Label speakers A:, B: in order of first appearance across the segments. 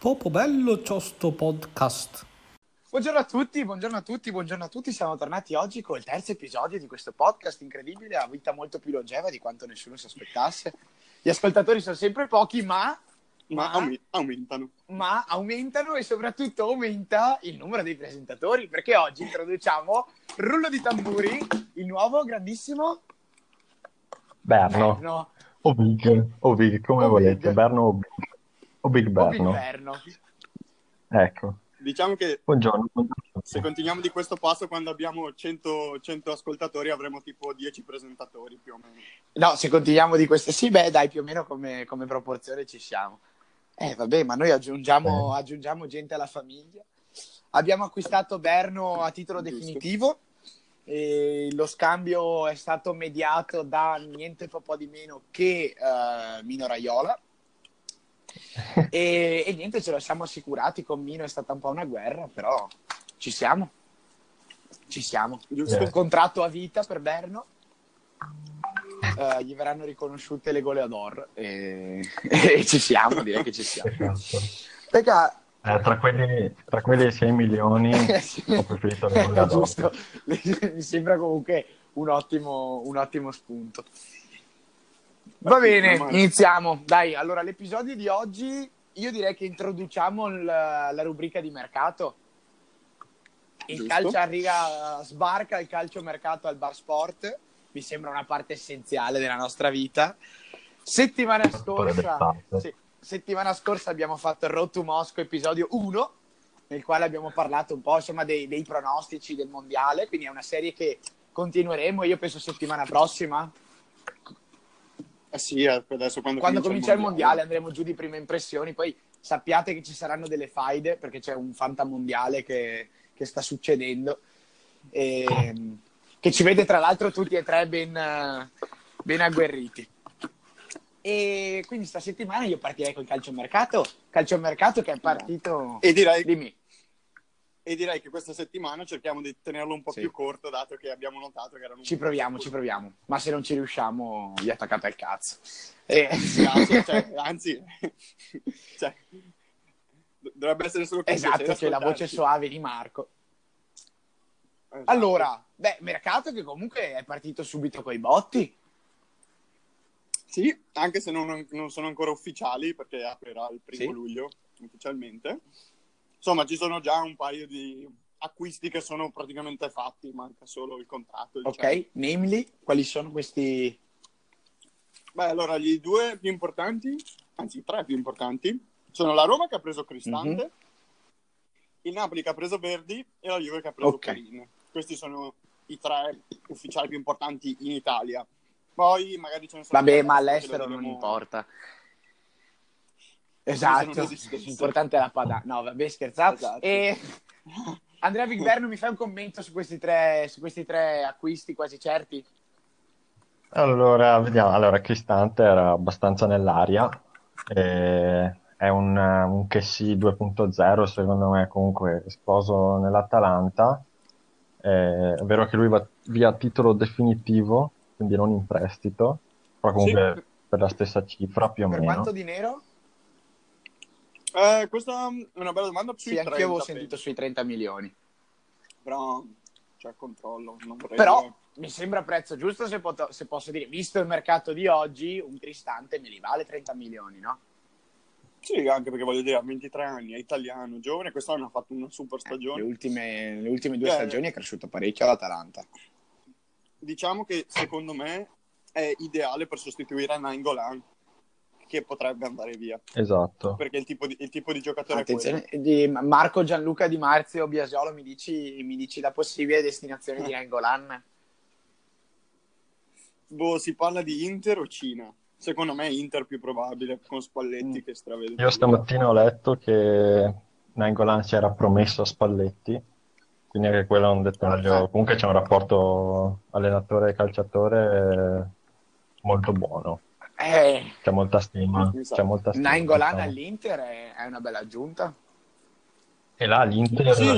A: Popo bello c'ho sto podcast.
B: Buongiorno a tutti, buongiorno a tutti, buongiorno a tutti. Siamo tornati oggi col terzo episodio di questo podcast incredibile, a vita molto più longeva di quanto nessuno si aspettasse. Gli ascoltatori sono sempre pochi, ma
C: aumentano.
B: Ma aumentano e soprattutto aumenta il numero dei presentatori, perché oggi introduciamo, rullo di tamburi, il nuovo grandissimo
D: Berno. O Big, come
B: O
D: volete,
B: Big.
D: Berno o Big. O Big
B: Big
D: Berno.
B: Berno.
D: Ecco.
C: Diciamo che
D: Buongiorno.
C: se continuiamo di questo passo, quando abbiamo 100 ascoltatori avremo tipo 10 presentatori più o meno.
B: No, se continuiamo di questo, sì, beh, dai, più o meno come proporzione ci siamo. Vabbè, ma noi aggiungiamo gente alla famiglia. Abbiamo acquistato Berno a titolo
C: Giusto.
B: definitivo e lo scambio è stato mediato da niente po' di meno che Mino Raiola. E niente, ce lo siamo assicurati. Con Mino è stata un po' una guerra, però ci siamo.
C: Giusto.
B: Un contratto a vita per Berno. Gli verranno riconosciute le gole d'or e ci siamo, direi che ci siamo.
D: Esatto.
B: Perché
D: Tra quelli 6 milioni ho preferito le Gole d'Or.
B: giusto, mi sembra comunque un ottimo spunto. Va bene, iniziamo. Dai, allora l'episodio di oggi io direi che introduciamo la rubrica di mercato. Il
C: Giusto.
B: calcio a riga sbarca, il calciomercato al Bar Sport. Mi sembra una parte essenziale della nostra vita. Settimana scorsa abbiamo fatto il Road to Moscow episodio 1, nel quale abbiamo parlato un po' insomma dei pronostici del mondiale, quindi è una serie che continueremo, io penso settimana prossima.
C: Sì, adesso
B: Quando comincia il mondiale andremo giù di prime impressioni, poi sappiate che ci saranno delle faide perché c'è un fantamondiale che sta succedendo e che ci vede tra l'altro tutti e tre ben agguerriti. E quindi sta settimana io partirei col calciomercato che è partito.
C: E direi che questa settimana cerchiamo di tenerlo un po' più corto, dato che abbiamo notato che erano
B: ci proviamo, ma se non ci riusciamo vi attaccate al cazzo.
C: Anzi, dovrebbe essere solo che
B: esatto, c'è la voce soave di Marco.
C: Esatto.
B: Allora, mercato che comunque è partito subito coi botti.
C: Sì, anche se non sono ancora ufficiali, perché aprirà il 1° luglio ufficialmente. Insomma, ci sono già un paio di acquisti che sono praticamente fatti, manca solo il contratto. Diciamo.
B: Ok, namely, quali sono questi?
C: Beh, allora, gli due più importanti, anzi 3 più importanti, sono la Roma che ha preso Cristante, il Napoli che ha preso Verdi e la Juve che ha preso Perin. Questi sono i 3 ufficiali più importanti in Italia. Poi magari ce ne sono.
B: Vabbè, ma all'estero non importa. Esatto, l'importante è la padana. No, vabbè, scherzavo.
C: Esatto.
B: E Andrea Big Berno, mi fai un commento su questi tre acquisti quasi certi?
D: Allora, vediamo. Allora, Cristante era abbastanza nell'aria. È un Kessie 2.0, secondo me, comunque esploso nell'Atalanta. È vero che lui va via a titolo definitivo, quindi non in prestito, però comunque per la stessa cifra più o meno.
B: Per quanto di nero?
C: Questa è una bella domanda.
B: Sì, anche io avevo sentito sui 30 milioni.
C: Però c'è controllo. Non vorrei
B: Però mi sembra prezzo giusto, se posso dire, visto il mercato di oggi, un Cristante me li vale 30 milioni, no?
C: Sì, anche perché voglio dire, a 23 anni, è italiano, giovane, quest'anno ha fatto una super stagione.
B: Le ultime 2 stagioni è cresciuto parecchio all'Atalanta.
C: Diciamo che secondo me è ideale per sostituire a Nainggolan, che potrebbe andare via.
D: Esatto.
C: Perché il tipo di giocatore
B: attenzione,
C: è quello.
B: di Marco Gianluca Di Marzio Biasiolo, mi dici la possibile destinazione di Nainggolan?
C: Si parla di Inter o Cina? Secondo me Inter più probabile, con Spalletti che stravede.
D: Io stamattina ho letto che Nainggolan si era promesso a Spalletti, quindi anche quello è un dettaglio. Comunque c'è un rapporto allenatore-calciatore molto buono. C'è molta stima.
B: Nainggolan all'Inter è una bella aggiunta.
D: E là l'Inter...
C: Sì,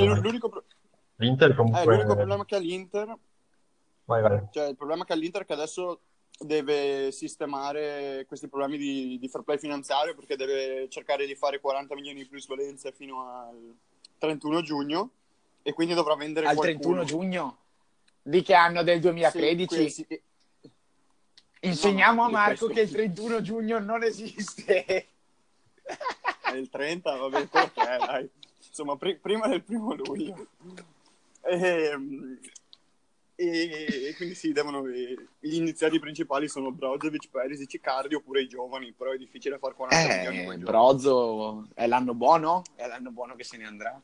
C: l'Inter comunque... l'unico problema che ha l'Inter...
D: Vai.
C: Cioè, il problema che ha l'Inter è che adesso deve sistemare questi problemi di fair play finanziario, perché deve cercare di fare 40 milioni di plusvalenze fino al 31 giugno e quindi dovrà vendere
B: Al
C: qualcuno.
B: 31 giugno? Di che anno? Del 2013?
C: Sì,
B: Insegniamo
C: no,
B: a Marco
C: questo-
B: che il 31 giugno non esiste.
C: È il 30, va bene, quello che è, dai. Insomma, prima del 1 luglio. E quindi sì, gli iniziati principali sono Brozovic, Perisic, Icardi oppure i giovani, però è difficile far 40 milioni con i giovani.
B: Brozo è l'anno buono? È l'anno buono che se ne andrà?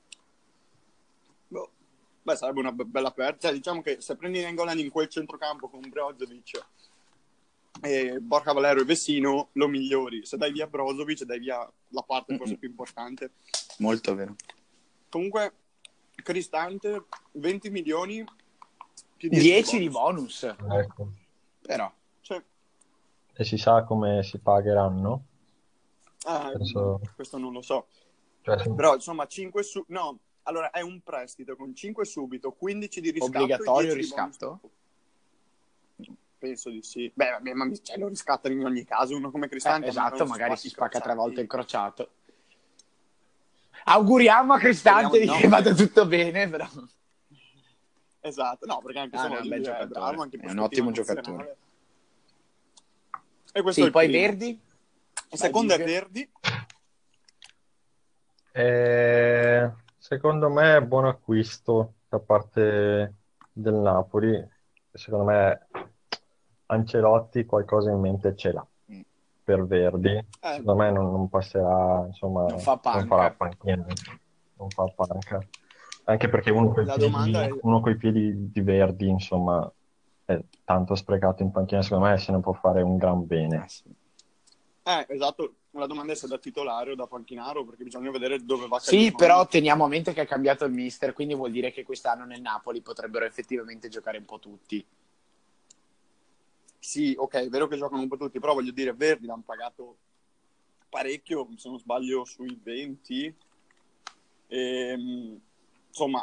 C: Boh. Beh, sarebbe una bella perdita. Cioè, diciamo che se prendi Nainggolan in quel centrocampo con Brozovic e Borja Valero e Vessino, lo migliori. Se dai via Brozovic, dai via la parte forse più importante.
B: Molto vero.
C: Comunque, Cristante, 20 milioni più
B: 10 di bonus.
D: Ecco.
B: Però.
C: Cioè,
D: E si sa come si pagheranno? Penso-
C: questo non lo so.
D: Cioè,
C: Però, insomma, 5 su... No, allora, è un prestito con 5 subito, 15 di riscatto
B: Obbligatorio
C: e 10 di bonus
B: riscatto?
C: dopo. Penso di sì. Beh, vabbè, ma lo riscattano in ogni caso. Uno come Cristante...
B: Esatto, magari si spacca 3 volte il
C: crociato.
B: crociato. Auguriamo a Cristante
C: Speriamo di
B: che
C: no.
B: vada tutto bene, però.
C: Esatto, no, perché anche
B: Ah,
C: se
B: no, è un bel giocatore.
C: bravo, anche in
B: È un
C: prospettiva
B: ottimo
C: nazionale.
B: giocatore.
C: E questo è
B: Sì,
C: il
B: poi
C: primo.
B: Verdi?
C: Il secondo è
B: Juve.
C: Verdi.
D: secondo me è buon acquisto da parte del Napoli. Secondo me Ancelotti qualcosa in mente ce l'ha per Verdi. Secondo me non passerà, insomma,
B: Non fa panca.
D: non farà panchina, non fa panca. Anche perché
C: La domanda è-
D: uno coi piedi di Verdi, insomma, è tanto sprecato in panchina, secondo me se ne può fare un gran bene.
B: Sì.
C: Esatto. La domanda è se da titolare o da panchinaro, perché bisogna vedere dove va
B: Sì,
C: Cagliari.
B: però teniamo a mente che ha cambiato il mister, quindi vuol dire che quest'anno nel Napoli potrebbero effettivamente giocare un po' tutti.
C: Sì, ok, è vero che giocano un po' tutti, però voglio dire, Verdi l'hanno pagato parecchio, se non sbaglio sui 20. Insomma,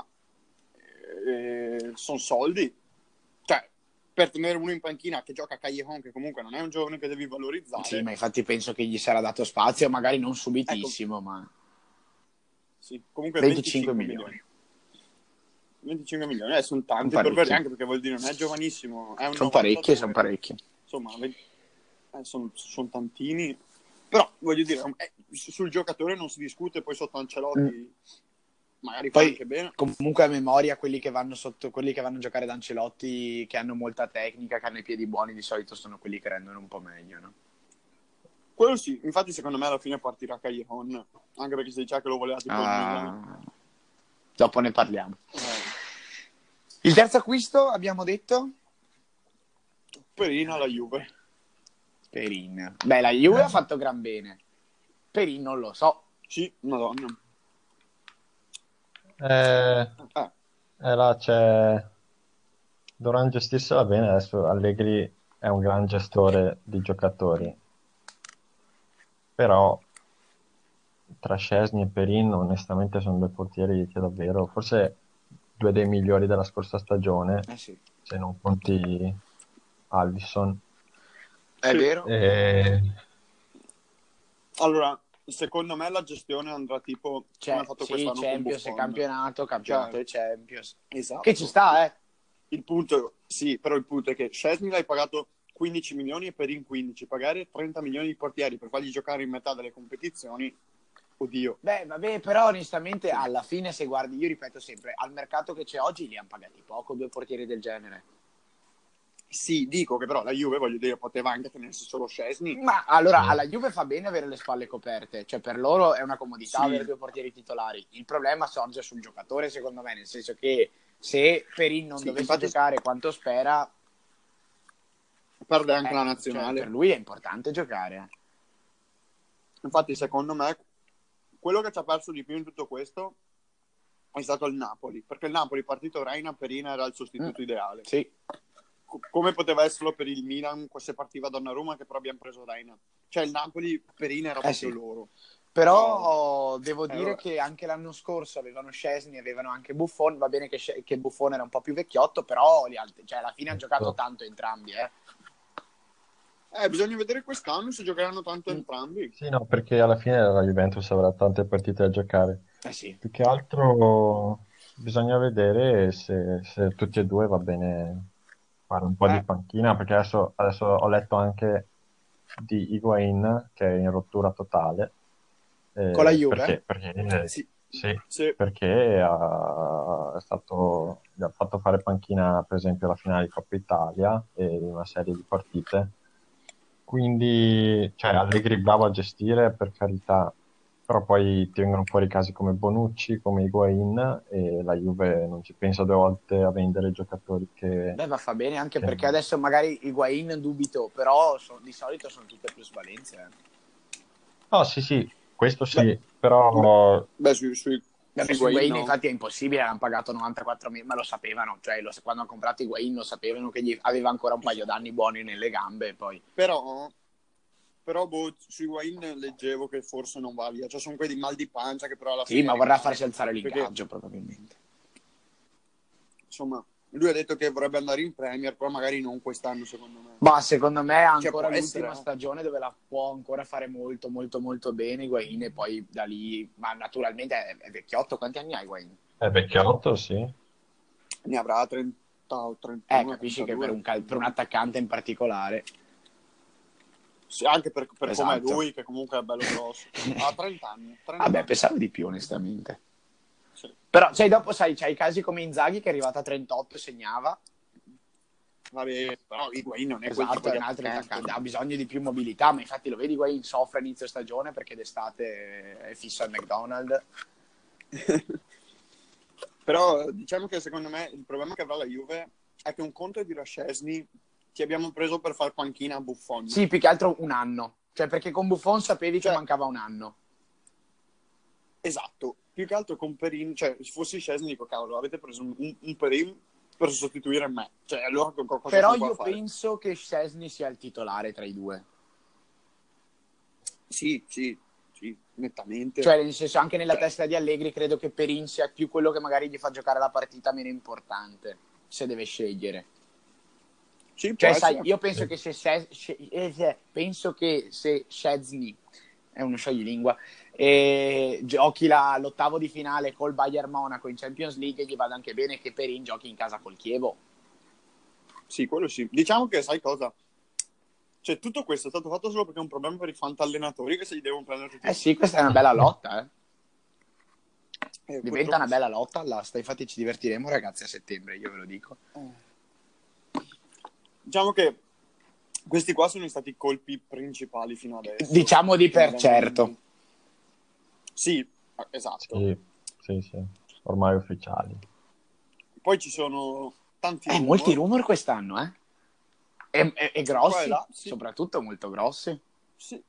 C: sono soldi. Cioè, per tenere uno in panchina che gioca a Callejon, che comunque non è un giovane che devi valorizzare.
B: Sì, ma infatti penso che gli sarà dato spazio, magari non subitissimo, ma
C: Sì, comunque
B: 25 milioni.
C: 25 milioni, sono tanti
B: Sono
C: per Verdi,
B: parecchi.
C: anche perché vuol dire non è giovanissimo. È un
B: Sono
C: 99.
B: sono parecchi.
C: Insomma, sono tantini. Però, voglio dire, sul giocatore non si discute, poi sotto Ancelotti magari fa
B: Poi
C: anche bene.
B: comunque a memoria quelli che vanno sotto, quelli che vanno a giocare da Ancelotti, che hanno molta tecnica, che hanno i piedi buoni, di solito sono quelli che rendono un po' meglio, no?
C: Quello sì, infatti secondo me alla fine partirà Callejon, anche perché si diceva che lo voleva tipo il Milan.
B: Dopo ne parliamo. Il terzo acquisto abbiamo detto?
C: Perin alla Juve.
B: Perin. Beh, la Juve ha fatto gran bene. Perin non lo so.
C: Sì, madonna.
D: Là dovranno gestirsela bene. Adesso Allegri è un gran gestore di giocatori, però tra Szczęsny e Perin onestamente sono due portieri che davvero, forse due dei migliori della scorsa stagione,
B: Sì.
D: se non conti Alisson.
B: È vero?
C: Allora, secondo me la gestione andrà tipo come ha fatto quest'anno con
B: Champions e
C: Buffon.
B: campionato e Champions.
C: Esatto.
B: Che ci sta, eh?
C: Il punto, sì, però il punto è che Szczęsny l'hai pagato 15 milioni e Perin 15. Pagare 30 milioni di portieri per fargli giocare in metà delle competizioni, oddio.
B: Beh, vabbè, però onestamente alla fine se guardi, io ripeto sempre, al mercato che c'è oggi li hanno pagati poco due portieri del genere.
C: Sì, dico che però la Juve, voglio dire, poteva anche tenersi solo Szczęsny.
B: Ma allora, alla Juve fa bene avere le spalle coperte, cioè per loro è una comodità
C: Sì.
B: avere due portieri titolari. Il problema sorge sul giocatore, secondo me, nel senso che se Perin non dovesse
C: infatti
B: giocare quanto spera,
C: perde anche la
B: cioè,
C: nazionale.
B: per lui è importante giocare.
C: Infatti, secondo me, quello che ci ha perso di più in tutto questo è stato il Napoli, perché il Napoli, partito Reina, Perin era il sostituto ideale.
B: Sì.
C: Come poteva esserlo per il Milan se partiva Donnarumma, che però abbiamo preso Reina. Cioè il Napoli, Perin era proprio loro.
B: Però devo dire
C: allora.
B: che anche l'anno scorso avevano Szczęsny, avevano anche Buffon, va bene che Buffon era un po' più vecchiotto, però gli altri, cioè alla fine hanno giocato tanto entrambi,
C: Bisogna vedere quest'anno se giocheranno tanto entrambi.
D: Sì, no, perché alla fine la Juventus avrà tante partite da giocare.
B: Sì.
D: Più che altro bisogna vedere se tutti e due va bene fare un po' di panchina, perché adesso ho letto anche di Higuain che è in rottura totale.
B: Con la Juve?
D: Perché,
C: Sì.
D: sì, perché gli ha fatto fare panchina, per esempio, alla finale di Coppa Italia e in una serie di partite. Quindi, cioè, Allegri bravo a gestire, per carità, però poi ti vengono fuori casi come Bonucci, come Higuain, e la Juve non ci pensa due volte a vendere giocatori che...
B: Beh, va bene anche perché adesso magari Higuain dubito, però di solito sono tutte plusvalenze.
D: No, sì, questo sì, però...
C: Beh, su
B: Higuain
C: no.
B: infatti è impossibile, hanno pagato 94.000, ma lo sapevano, cioè quando hanno comprato Higuain lo sapevano che aveva ancora un paio d'anni buoni nelle gambe. Poi.
C: Però su Higuain leggevo che forse non va via, cioè sono quelli mal di pancia che però alla fine...
B: Sì, ma vorrà farsi alzare l'ingaggio probabilmente.
C: Insomma, lui ha detto che vorrebbe andare in Premier, però magari non quest'anno secondo me.
B: Ma secondo me ha ancora l'ultima
C: essere,
B: stagione dove la può ancora fare molto molto molto bene Higuain e poi da lì, ma naturalmente è vecchiotto. Quanti anni ha Higuain?
D: È vecchiotto, sì.
C: Ne avrà 30 o 31.
B: Capisci
C: 32.
B: che per un attaccante in particolare.
C: Sì, anche per
B: Esatto.
C: come è lui, che comunque è bello grosso. Ha 30 anni.
B: Vabbè, pensavo di più, onestamente. Sì. Però, dopo, c'hai casi come Inzaghi che è arrivato a 38 e segnava.
C: Vabbè, però Higuain non è
B: esatto, è un altro attaccante. Ha bisogno di più mobilità, ma infatti lo vedi, Higuain soffre inizio stagione perché d'estate è fisso al McDonald's.
C: Però diciamo che secondo me il problema che avrà la Juve è che un conto è dire a Szczesny ti abbiamo preso per far panchina a Buffon.
B: Sì, più che altro un anno. Cioè, perché con Buffon sapevi che mancava un anno.
C: Esatto. Più che altro con Perin, cioè, se fossi Szczesny dico, cavolo, avete preso un Perin per sostituire me. Cioè, allora cosa
B: però io penso che Szczesny sia il titolare tra i due.
C: Sì, nettamente.
B: Cioè, nel senso, anche nella testa di Allegri credo che Perin sia più quello che magari gli fa giocare la partita meno importante, se deve scegliere.
C: Sì,
B: cioè, sai, io penso che se Szczesny è uno scioglilingua e giochi l'ottavo di finale col Bayern Monaco in Champions League, gli vada anche bene che Perin giochi in casa col Chievo.
C: Sì, quello sì. Diciamo che, sai cosa? Cioè, tutto questo è stato fatto solo perché è un problema per i fantallenatori che se li devono prendere tutti.
B: Sì, questa è una bella lotta, diventa una bella lotta all'asta. Infatti ci divertiremo, ragazzi, a settembre, io ve lo dico.
C: Diciamo che questi qua sono stati i colpi principali fino adesso.
B: Diciamo di per certo.
C: Sì, esatto.
D: Sì, ormai ufficiali.
C: Poi ci sono tanti rumor.
B: Molti rumor quest'anno, e grossi,
C: sì.
B: Soprattutto molto grossi.
C: Sì.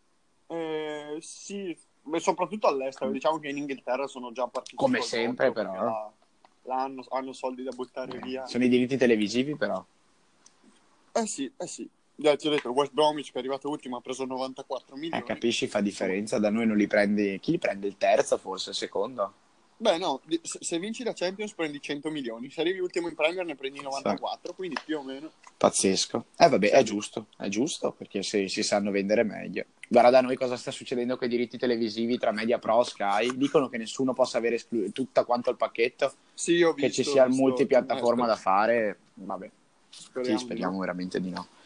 C: Sì, soprattutto all'estero. Diciamo che in Inghilterra sono già partiti.
B: Come sempre, però.
C: Hanno soldi da buttare via.
B: Sono i diritti televisivi, però.
C: Sì. Già ti ho detto, West Bromwich che è arrivato ultimo ha preso 94 milioni.
B: Capisci, fa differenza. Da noi non li prendi. Chi li prende? Il terzo, forse? Il secondo?
C: Beh, no, se vinci la Champions prendi 100 milioni. Se arrivi ultimo in Premier ne prendi 94, quindi più o meno.
B: Pazzesco. Vabbè, è giusto, perché si sanno vendere meglio. Guarda da noi cosa sta succedendo con i diritti televisivi tra Media Pro e Sky. Dicono che nessuno possa avere tutta quanto il pacchetto.
C: Sì, ho visto.
B: Che ci sia il multipiattaforma da fare. Vabbè, speriamo veramente di no.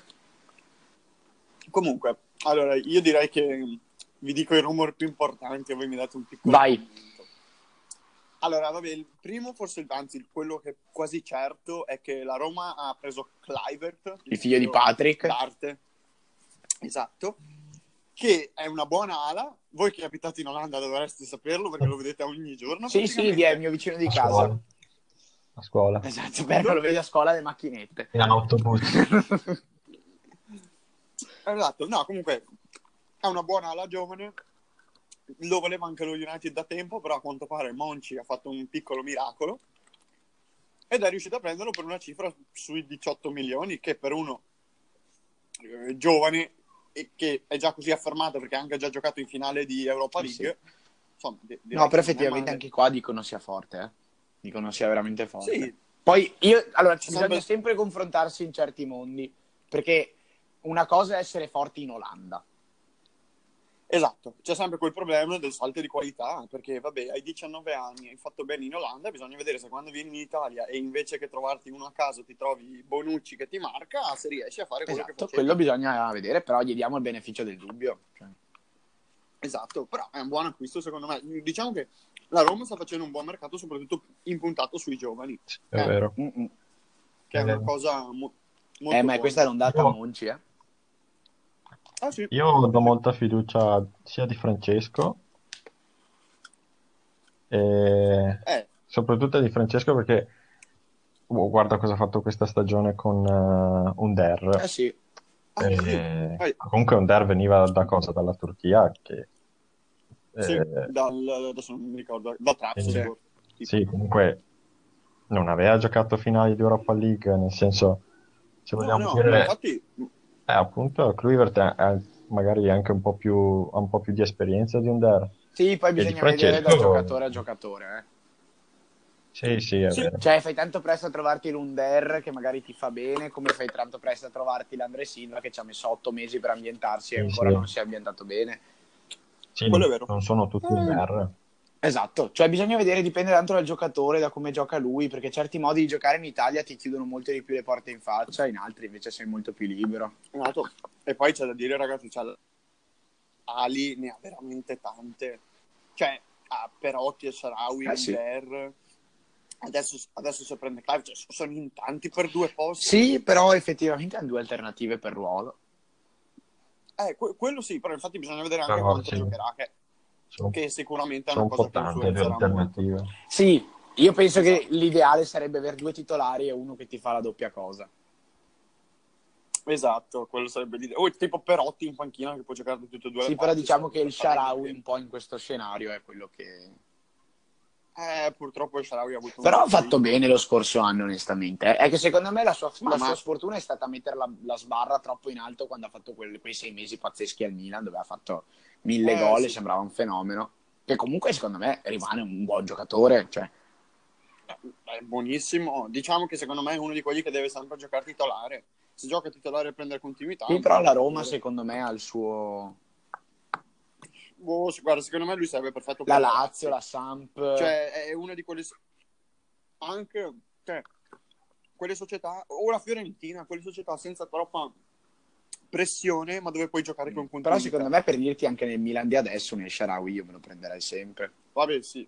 C: Comunque, allora, io direi che vi dico i rumor più importanti e voi mi date un piccolo
B: commento.
C: Allora, vabbè, il primo, forse, anzi, quello che è quasi certo è che la Roma ha preso Kluivert,
B: il figlio di Patrick.
C: D'Arte. Esatto. Che è una buona ala. Voi che abitate in Olanda dovreste saperlo perché lo vedete ogni giorno.
B: Sì, è il mio vicino di casa.
D: A scuola.
B: Esatto, perché lo vedi a scuola le macchinette.
D: In autobus.
C: Esatto, no, comunque è una buona ala giovane. Lo voleva anche lo United da tempo, però a quanto pare Monchi ha fatto un piccolo miracolo ed è riuscito a prenderlo per una cifra sui 18 milioni, che per uno giovane e che è già così affermato perché ha anche già giocato in finale di Europa League.
B: Sì.
C: Insomma,
B: no, però effettivamente anche qua dicono sia forte, dicono sia veramente forte.
C: Sì.
B: Poi bisogna sempre confrontarsi in certi mondi, perché una cosa è essere forti in Olanda.
C: Esatto, c'è sempre quel problema del salto di qualità, perché vabbè, hai 19 anni, hai fatto bene in Olanda, bisogna vedere se quando vieni in Italia e invece che trovarti uno a caso ti trovi Bonucci che ti marca, se riesci a fare quello che
B: Esatto,
C: facevi.
B: quello bisogna vedere, però gli diamo il beneficio del dubbio. Cioè.
C: Esatto, però è un buon acquisto secondo me. Diciamo che la Roma sta facendo un buon mercato, soprattutto impuntato sui giovani.
D: È vero.
C: Che è una cosa molto
B: ma
C: buona.
B: questa è l'ondata Monci,
C: Ah, sì.
D: Io do molta fiducia sia di Francesco, soprattutto di Francesco perché guarda cosa ha fatto questa stagione con Under.
B: Sì.
D: Comunque Under veniva da cosa? Dalla Turchia che
C: sì, adesso non mi ricordo, da Trabzonspor.
D: Sì, comunque non aveva giocato finali di Europa League, nel senso, se vogliamo dire,
C: infatti,
D: appunto, Kluivert ha magari anche ha un po' più di esperienza di Under.
B: Sì, poi bisogna vedere da giocatore a giocatore.
D: Sì, è vero.
B: Cioè, fai tanto presto a trovarti l'Under che magari ti fa bene, come fai tanto presto a trovarti l'André Silva che ci ha messo 8 mesi per ambientarsi e ancora non si è ambientato bene.
D: Sì, quello è vero. Non sono tutti Under.
B: Esatto, cioè bisogna vedere, dipende tanto dal giocatore, da come gioca lui, perché certi modi di giocare in Italia ti chiudono molto di più le porte in faccia, in altri invece sei molto più libero.
C: Esatto. E poi c'è da dire, ragazzi, Ali ne ha veramente tante. Cioè, Perotti e Shaarawy, Under. Adesso se prende Clive, cioè, sono in tanti per 2 posti.
B: Sì, però effettivamente hanno 2 alternative per ruolo.
C: Quello sì, però infatti bisogna vedere anche quanto giocherà, che sicuramente è una cosa che influenzerà molto.
B: Sì, io penso che l'ideale sarebbe avere 2 titolari e uno che ti fa la doppia cosa.
C: Esatto, quello sarebbe l'ideale. Tipo Perotti in panchina che può giocare di tutte e due le
B: parti. Sì, però diciamo che il Shaarawy un po' in questo scenario è quello che...
C: purtroppo il Shaarawy ha avuto
B: però ha fatto bene lo scorso anno, onestamente. È che secondo me la sua sfortuna è stata mettere la sbarra troppo in alto quando ha fatto quei 6 mesi pazzeschi al Milan, dove ha fatto 1000 gol e sembrava un fenomeno. Che comunque, secondo me, rimane un buon giocatore. Cioè.
C: È buonissimo. Diciamo che secondo me è uno di quelli che deve sempre giocare titolare. Se gioca titolare e prende continuità.
B: Sì, però la Roma, secondo me, ha il suo...
C: guarda, secondo me lui sarebbe perfetto
B: per la Lazio, la Samp,
C: cioè è una di quelle anche quelle società, o la Fiorentina, quelle società senza troppa pressione ma dove puoi giocare con continuità.
B: Però secondo me, per dirti, anche nel Milan di adesso nel Shaarawy io me lo prenderei sempre.
C: Vabbè, sì,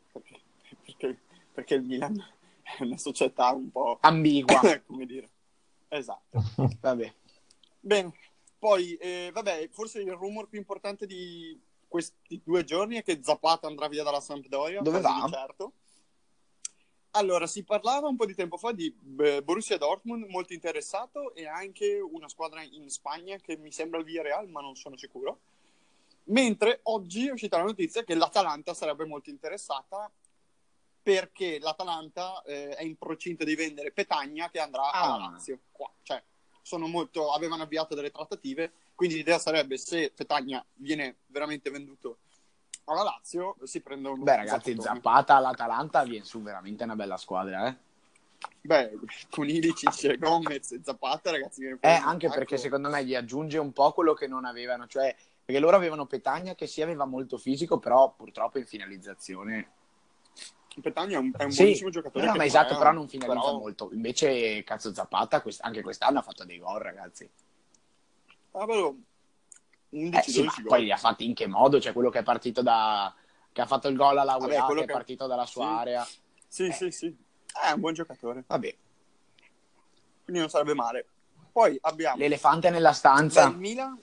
C: perché il Milan è una società un po'
B: ambigua,
C: come dire. Esatto.
B: Vabbè.
C: Bene, poi forse il rumor più importante di questi 2 giorni è che Zapata andrà via dalla Sampdoria.
B: Dove va?
C: Certo. Allora, si parlava un po' di tempo fa di Borussia Dortmund, molto interessato, e anche una squadra in Spagna che mi sembra il Villarreal, ma non sono sicuro. Mentre oggi è uscita la notizia che l'Atalanta sarebbe molto interessata perché l'Atalanta è in procinto di vendere Petagna che andrà alla Lazio. Cioè, avevano avviato delle trattative, quindi l'idea sarebbe se Petagna viene veramente venduto alla Lazio si prende un...
B: Beh, ragazzi, Zapata all'Atalanta viene su veramente una bella squadra,
C: Beh, con Ilicic, Gomez e Zapata, ragazzi...
B: anche perché secondo me gli aggiunge un po' quello che non avevano, cioè, perché loro avevano Petagna che sì aveva molto fisico, però purtroppo in finalizzazione...
C: Petagna è un buonissimo giocatore.
B: No, ma esatto, però non finalizza molto. Invece, cazzo, Zapata anche quest'anno ha fatto dei gol, ragazzi.
C: Bello. 11,
B: sì, ma poi li ha fatti in che modo? Cioè quello che è partito che ha fatto il gol alla UEA, che è partito dalla sua area.
C: Sì. È un buon giocatore.
B: Vabbè.
C: Quindi non sarebbe male. Poi abbiamo...
B: l'elefante nella stanza.
C: Il Milan.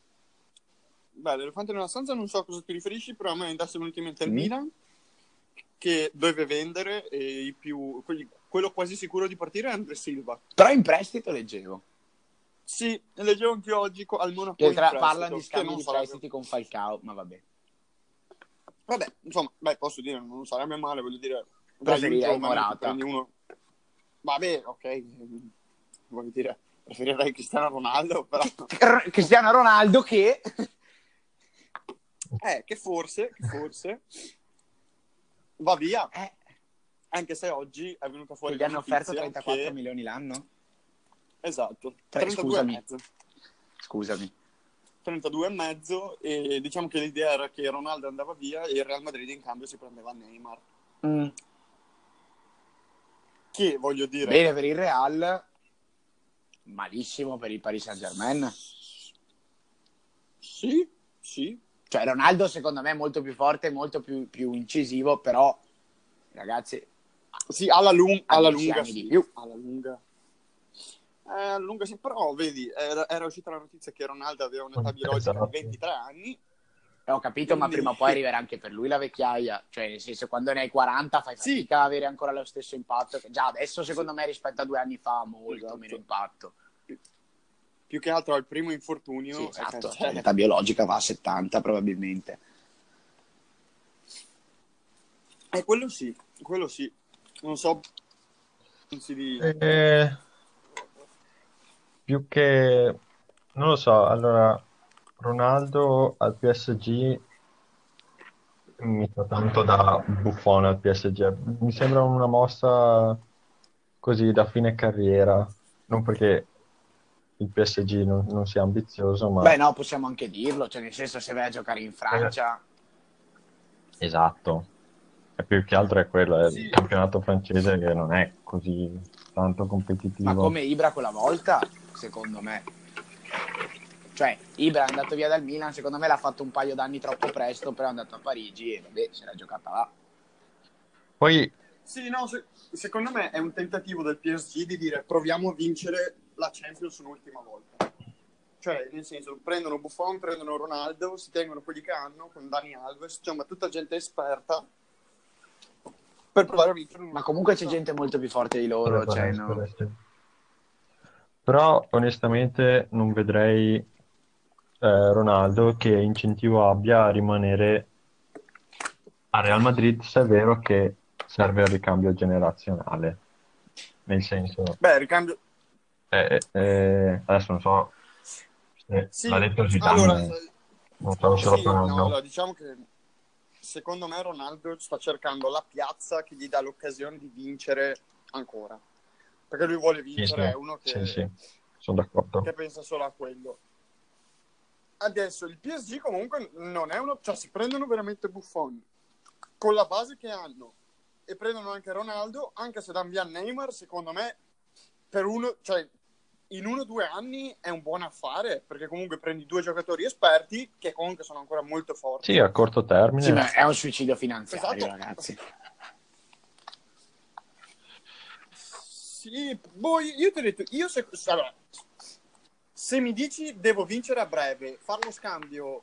C: L'elefante nella stanza non so a cosa ti riferisci, però a me andasse venuto in mente il Milan, che deve vendere e quello quasi sicuro di partire è André Silva.
B: Però in prestito leggevo.
C: Sì, leggevo anche oggi al Monaco
B: parlano di scambi di prestiti con Falcao, ma vabbè.
C: Vabbè, insomma, posso dire, non sarebbe male, voglio dire.
B: Preferirei Morata.
C: Uno... Vabbè, ok. Voglio dire, preferirei Cristiano Ronaldo, però...
B: Cristiano Ronaldo che
C: forse va via. Anche se oggi è venuta fuori...
B: Che gli hanno offerto 34 milioni l'anno?
C: Esatto.
B: Scusami.
C: 32 e mezzo, e diciamo che l'idea era che Ronaldo andava via e il Real Madrid in cambio si prendeva Neymar. Che, voglio dire...
B: Bene per il Real, malissimo per il Paris Saint-Germain.
C: Sì.
B: Cioè Ronaldo secondo me è molto più forte, molto più incisivo, però ragazzi...
C: Sì, alla lunga
B: anni
C: sì.
B: di più.
C: Alla lunga sì, però vedi, era uscita la notizia che Ronaldo aveva un'età biologica di 23 anni.
B: Ho capito, ma prima o poi arriverà anche per lui la vecchiaia. Cioè, nel senso, quando ne hai 40 fai fatica a avere ancora lo stesso impatto. Che già adesso, secondo me, rispetto a 2 anni fa, ha molto meno impatto.
C: Più che altro al primo infortunio.
B: Sì, esatto. Cioè, l'età biologica va a 70 probabilmente.
C: Quello sì. Non so.
D: Più che... Non lo so, allora, Ronaldo al PSG mi fa tanto da buffone al PSG. Mi sembra una mossa così da fine carriera, non perché il PSG non sia ambizioso, ma...
B: Beh, no, possiamo anche dirlo, cioè nel senso se vai a giocare in Francia...
D: Esatto, e più che altro è quello, è il campionato francese che non è così tanto competitivo.
B: Ma come Ibra quella volta, secondo me. Cioè, Ibra è andato via dal Milan, secondo me l'ha fatto un paio d'anni troppo presto, però è andato a Parigi e vabbè, se l'ha giocata là.
D: Poi...
C: Sì, no, secondo me è un tentativo del PSG di dire proviamo a vincere la Champions un'ultima volta. Cioè, nel senso, prendono Buffon, prendono Ronaldo, si tengono quelli che hanno, con Dani Alves, insomma, tutta gente esperta, per provare a vincere.
B: Ma comunque c'è gente molto più forte di loro, cioè, no?
D: Però, onestamente, non vedrei Ronaldo che incentivo abbia a rimanere a Real Madrid se è vero che serve il ricambio generazionale. Nel senso...
C: Beh, ricambio...
D: adesso non so se
C: Sì,
D: l'ha detto Zidane,
C: allora...
D: non so se lo faranno.
C: No, allora, diciamo che secondo me Ronaldo sta cercando la piazza che gli dà l'occasione di vincere ancora. Perché lui vuole vincere,
D: Sì,
C: è uno che...
D: Sì, sono d'accordo.
C: Che pensa solo a quello. Adesso il PSG comunque non è uno, cioè si prendono veramente Buffon con la base che hanno e prendono anche Ronaldo, anche se danno via Neymar, secondo me per uno, cioè in 1 o 2 anni è un buon affare, perché comunque prendi 2 giocatori esperti che comunque sono ancora molto forti.
D: Sì, a corto termine.
B: Sì, ma è un suicidio finanziario,
C: Esatto.
B: ragazzi.
C: Sì, boh, io ti ho detto, allora, se mi dici devo vincere a breve, fare lo scambio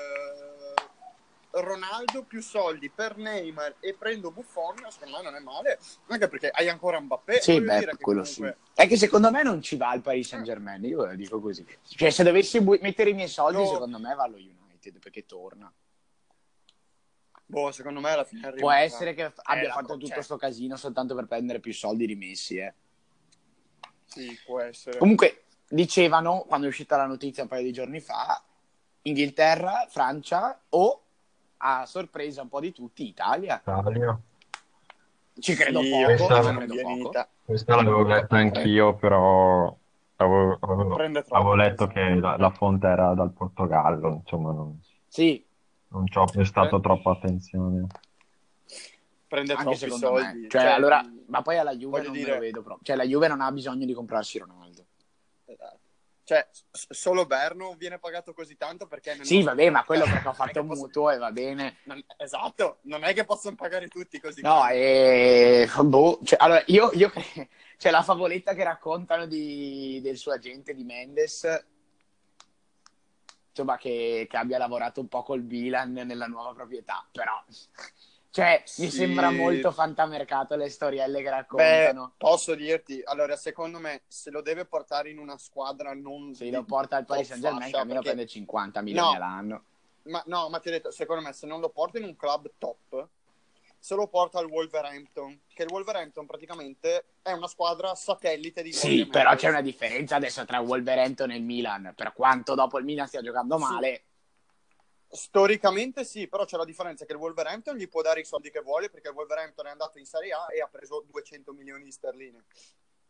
C: Ronaldo più soldi per Neymar e prendo Buffon, secondo me non è male, anche perché hai ancora Mbappé.
B: Sì,
C: dire
B: beh,
C: che
B: quello
C: comunque...
B: sì. È che secondo me non ci va il Paris Saint-Germain, io lo dico così. Cioè, se dovessi mettere i miei soldi, secondo me va allo United, perché torna.
C: Boh, secondo me alla fine
B: può essere che abbia fatto tutto
C: cioè...
B: sto casino soltanto per prendere più soldi rimessi,
C: Sì, può essere.
B: Comunque, dicevano, quando è uscita la notizia un paio di giorni fa, Inghilterra, Francia o, a sorpresa un po' di tutti, Italia. Ci credo poco.
D: Questa l'avevo letta anch'io, però avevo letto che la fonte era dal Portogallo, insomma non ci ho prestato troppa attenzione.
C: Prende
B: anche
C: troppi
B: secondo
C: soldi.
B: Me. Cioè, allora, ma poi alla Juve non
C: dire...
B: me lo vedo proprio. Cioè, la Juve non ha bisogno di comprarsi Ronaldo.
C: Cioè, solo Berno viene pagato così tanto perché...
B: Sì, vabbè, ma quello perché ho fatto un mutuo e va bene.
C: Esatto, non è che possono pagare tutti così.
B: No, cioè, allora, io c'è la favoletta che raccontano del suo agente di Mendes, insomma, che abbia lavorato un po' col Milan nella nuova proprietà, però... Cioè, mi sembra molto fantamercato le storielle che raccontano.
C: Beh, posso dirti, allora, secondo me, se lo deve portare in una squadra non...
B: Se lo porta al Paris Saint-Germain, che almeno prende 50 milioni all'anno.
C: Ma ti ho detto, secondo me, se non lo porta in un club top, se lo porta al Wolverhampton, che il Wolverhampton praticamente è una squadra satellite di
B: Sì, però c'è una differenza adesso tra il Wolverhampton e il Milan. Per quanto dopo il Milan stia giocando male...
C: Storicamente sì, però c'è la differenza che il Wolverhampton gli può dare i soldi che vuole, perché il Wolverhampton è andato in Serie A e ha preso 200 milioni di sterline.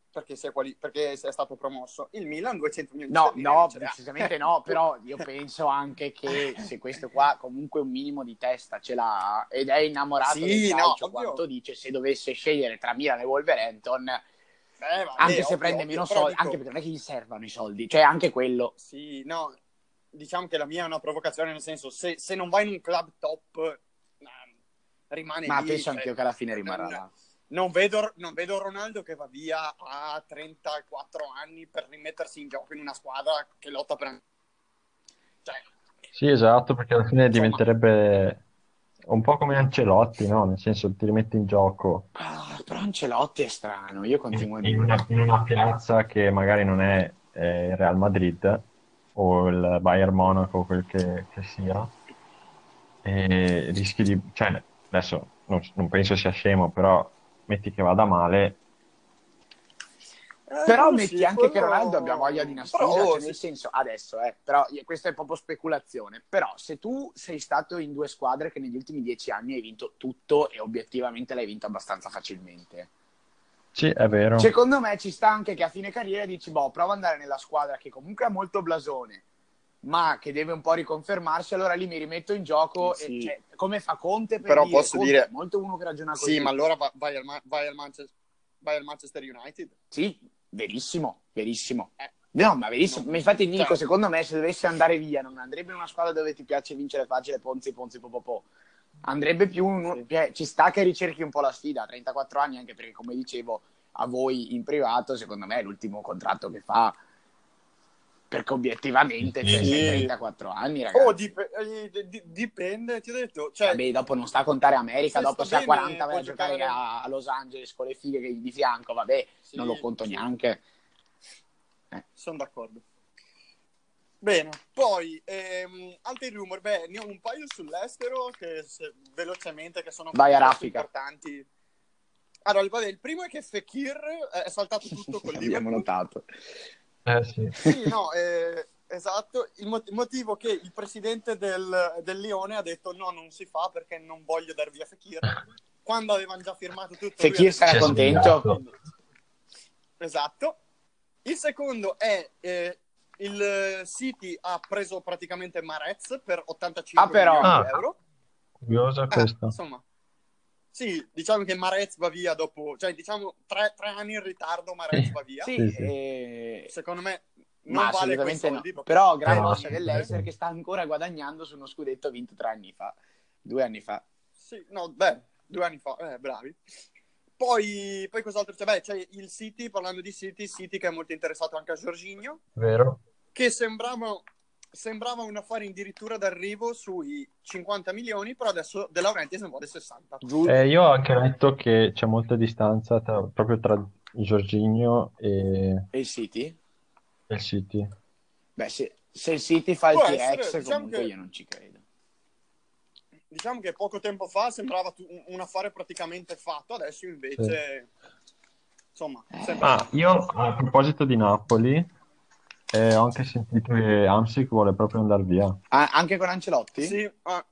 C: perché perché è stato promosso. Il Milan 200 milioni
B: No,
C: di sterline ce li ha.
B: decisamente no, però io penso anche che se questo qua comunque un minimo di testa ce l'ha ed è innamorato
C: Sì,
B: del
C: no,
B: calcio,
C: ovvio.
B: quanto dice, se dovesse scegliere tra Milan e Wolverhampton,
C: Vabbè,
B: anche se
C: ovvio,
B: prende meno
C: però
B: soldi,
C: dico-
B: anche perché non è che gli servano i soldi, cioè anche quello.
C: Sì, no, diciamo che la mia è una provocazione, nel senso, se non vai in un club top, rimane
B: Ma
C: lì.
B: penso
C: cioè,
B: anch'io che alla fine rimarrà là.
C: Non vedo Ronaldo che va via a 34 anni per rimettersi in gioco in una squadra che lotta per... Cioè,
D: Sì, esatto, perché alla fine
C: Insomma.
D: diventerebbe un po' come Ancelotti, no? Nel senso, ti rimetti in gioco
B: Però Ancelotti è strano, io continuo a
D: in
B: dire.
D: una piazza che magari non è il Real Madrid o il Bayern Monaco, quel che sia, e rischi di... Cioè, adesso non penso sia scemo, però metti che vada male,
B: Però
C: quello
B: metti
C: sì,
B: anche che
C: quello-
B: Ronaldo abbia voglia di una
C: Però,
B: sfida,
C: oh,
B: cioè nel senso, adesso, però questa è proprio speculazione, però se tu sei stato in due squadre che negli ultimi 10 anni hai vinto tutto e obiettivamente l'hai vinto abbastanza facilmente,
D: sì, è vero.
B: secondo me ci sta anche che a fine carriera dici, boh, prova ad andare nella squadra che comunque ha molto blasone, ma che deve un po' riconfermarsi, allora lì mi rimetto in gioco,
C: Sì.
B: e, cioè, come fa Conte per
C: Però
B: dire,
C: posso
B: Conte
C: dire-
B: è molto uno che ragiona così.
C: Sì, ma allora vai al Manchester United.
B: Sì, verissimo. No, ma verissimo.
C: No,
B: Ma infatti dico,
C: cioè-
B: secondo me, se dovesse andare via, non andrebbe in una squadra dove ti piace vincere facile, Ponzi, po. Andrebbe più,
C: Sì.
B: cioè, ci sta che ricerchi un po' la sfida, a 34 anni, anche perché, come dicevo a voi in privato, secondo me è l'ultimo contratto che fa, perché obiettivamente, cioè,
C: Sì.
B: 34 anni, ragazzi.
C: Dipende, ti ho detto. Cioè,
B: Vabbè, dopo non sta a contare America,
C: se
B: dopo
C: sta
B: se a 40
C: bene,
B: vai a
C: può
B: giocare
C: giocare-
B: a Los Angeles con le fighe di fianco, vabbè,
C: Sì,
B: non lo conto
C: sì.
B: neanche.
C: Sono d'accordo. Bene, poi altri rumor, ne ho un paio sull'estero che velocemente che sono
B: Vai a
C: piuttosto
B: raffica.
C: importanti. Allora, vabbè, il primo è che Fekir è saltato tutto con
B: Abbiamo
C: Liverpool.
B: notato.
D: Sì.
C: Sì, no, esatto. Il motivo che il presidente del Lione ha detto no, non si fa perché non voglio dar via Fekir. Quando avevano già firmato tutto.
B: Fekir
C: lui ha detto,
B: sarà
D: Sì,
B: contento?
D: esatto.
C: Esatto. Il secondo è il City ha preso praticamente Mahrez per 85
B: però.
C: milioni di euro.
D: Curiosa questa.
C: Insomma, sì, diciamo che Mahrez va via dopo, cioè diciamo 3 anni in ritardo Mahrez va via.
B: Sì,
D: Sì.
C: Secondo me
B: ma
C: non vale quei
B: assolutamente no.
C: soldi.
B: Però gran
D: No,
B: mossa
D: sì,
B: dell'Ester
D: sì.
B: che sta ancora guadagnando su uno scudetto vinto 2 anni fa.
C: Sì, no, beh, 2 anni fa, bravi. Poi cos'altro c'è? Beh, c'è il City, parlando di City che è molto interessato anche a Jorginho,
D: Vero?
C: che sembrava un affare addirittura d'arrivo sui 50 milioni, però adesso De Laurentiis ne vuole 60.
D: Io ho anche letto che c'è molta distanza proprio tra Jorginho e
B: E il City?
D: il City.
B: Beh, se il City fa il
C: Può
B: T-Rex,
C: essere, diciamo
B: comunque
C: che-
B: io non ci credo.
C: Diciamo che poco tempo fa sembrava un affare praticamente fatto, adesso invece, insomma, sembra...
D: Ma io a proposito di Napoli, ho anche sentito che Hamsik vuole proprio andare via.
B: Anche con Ancelotti?
C: Sì,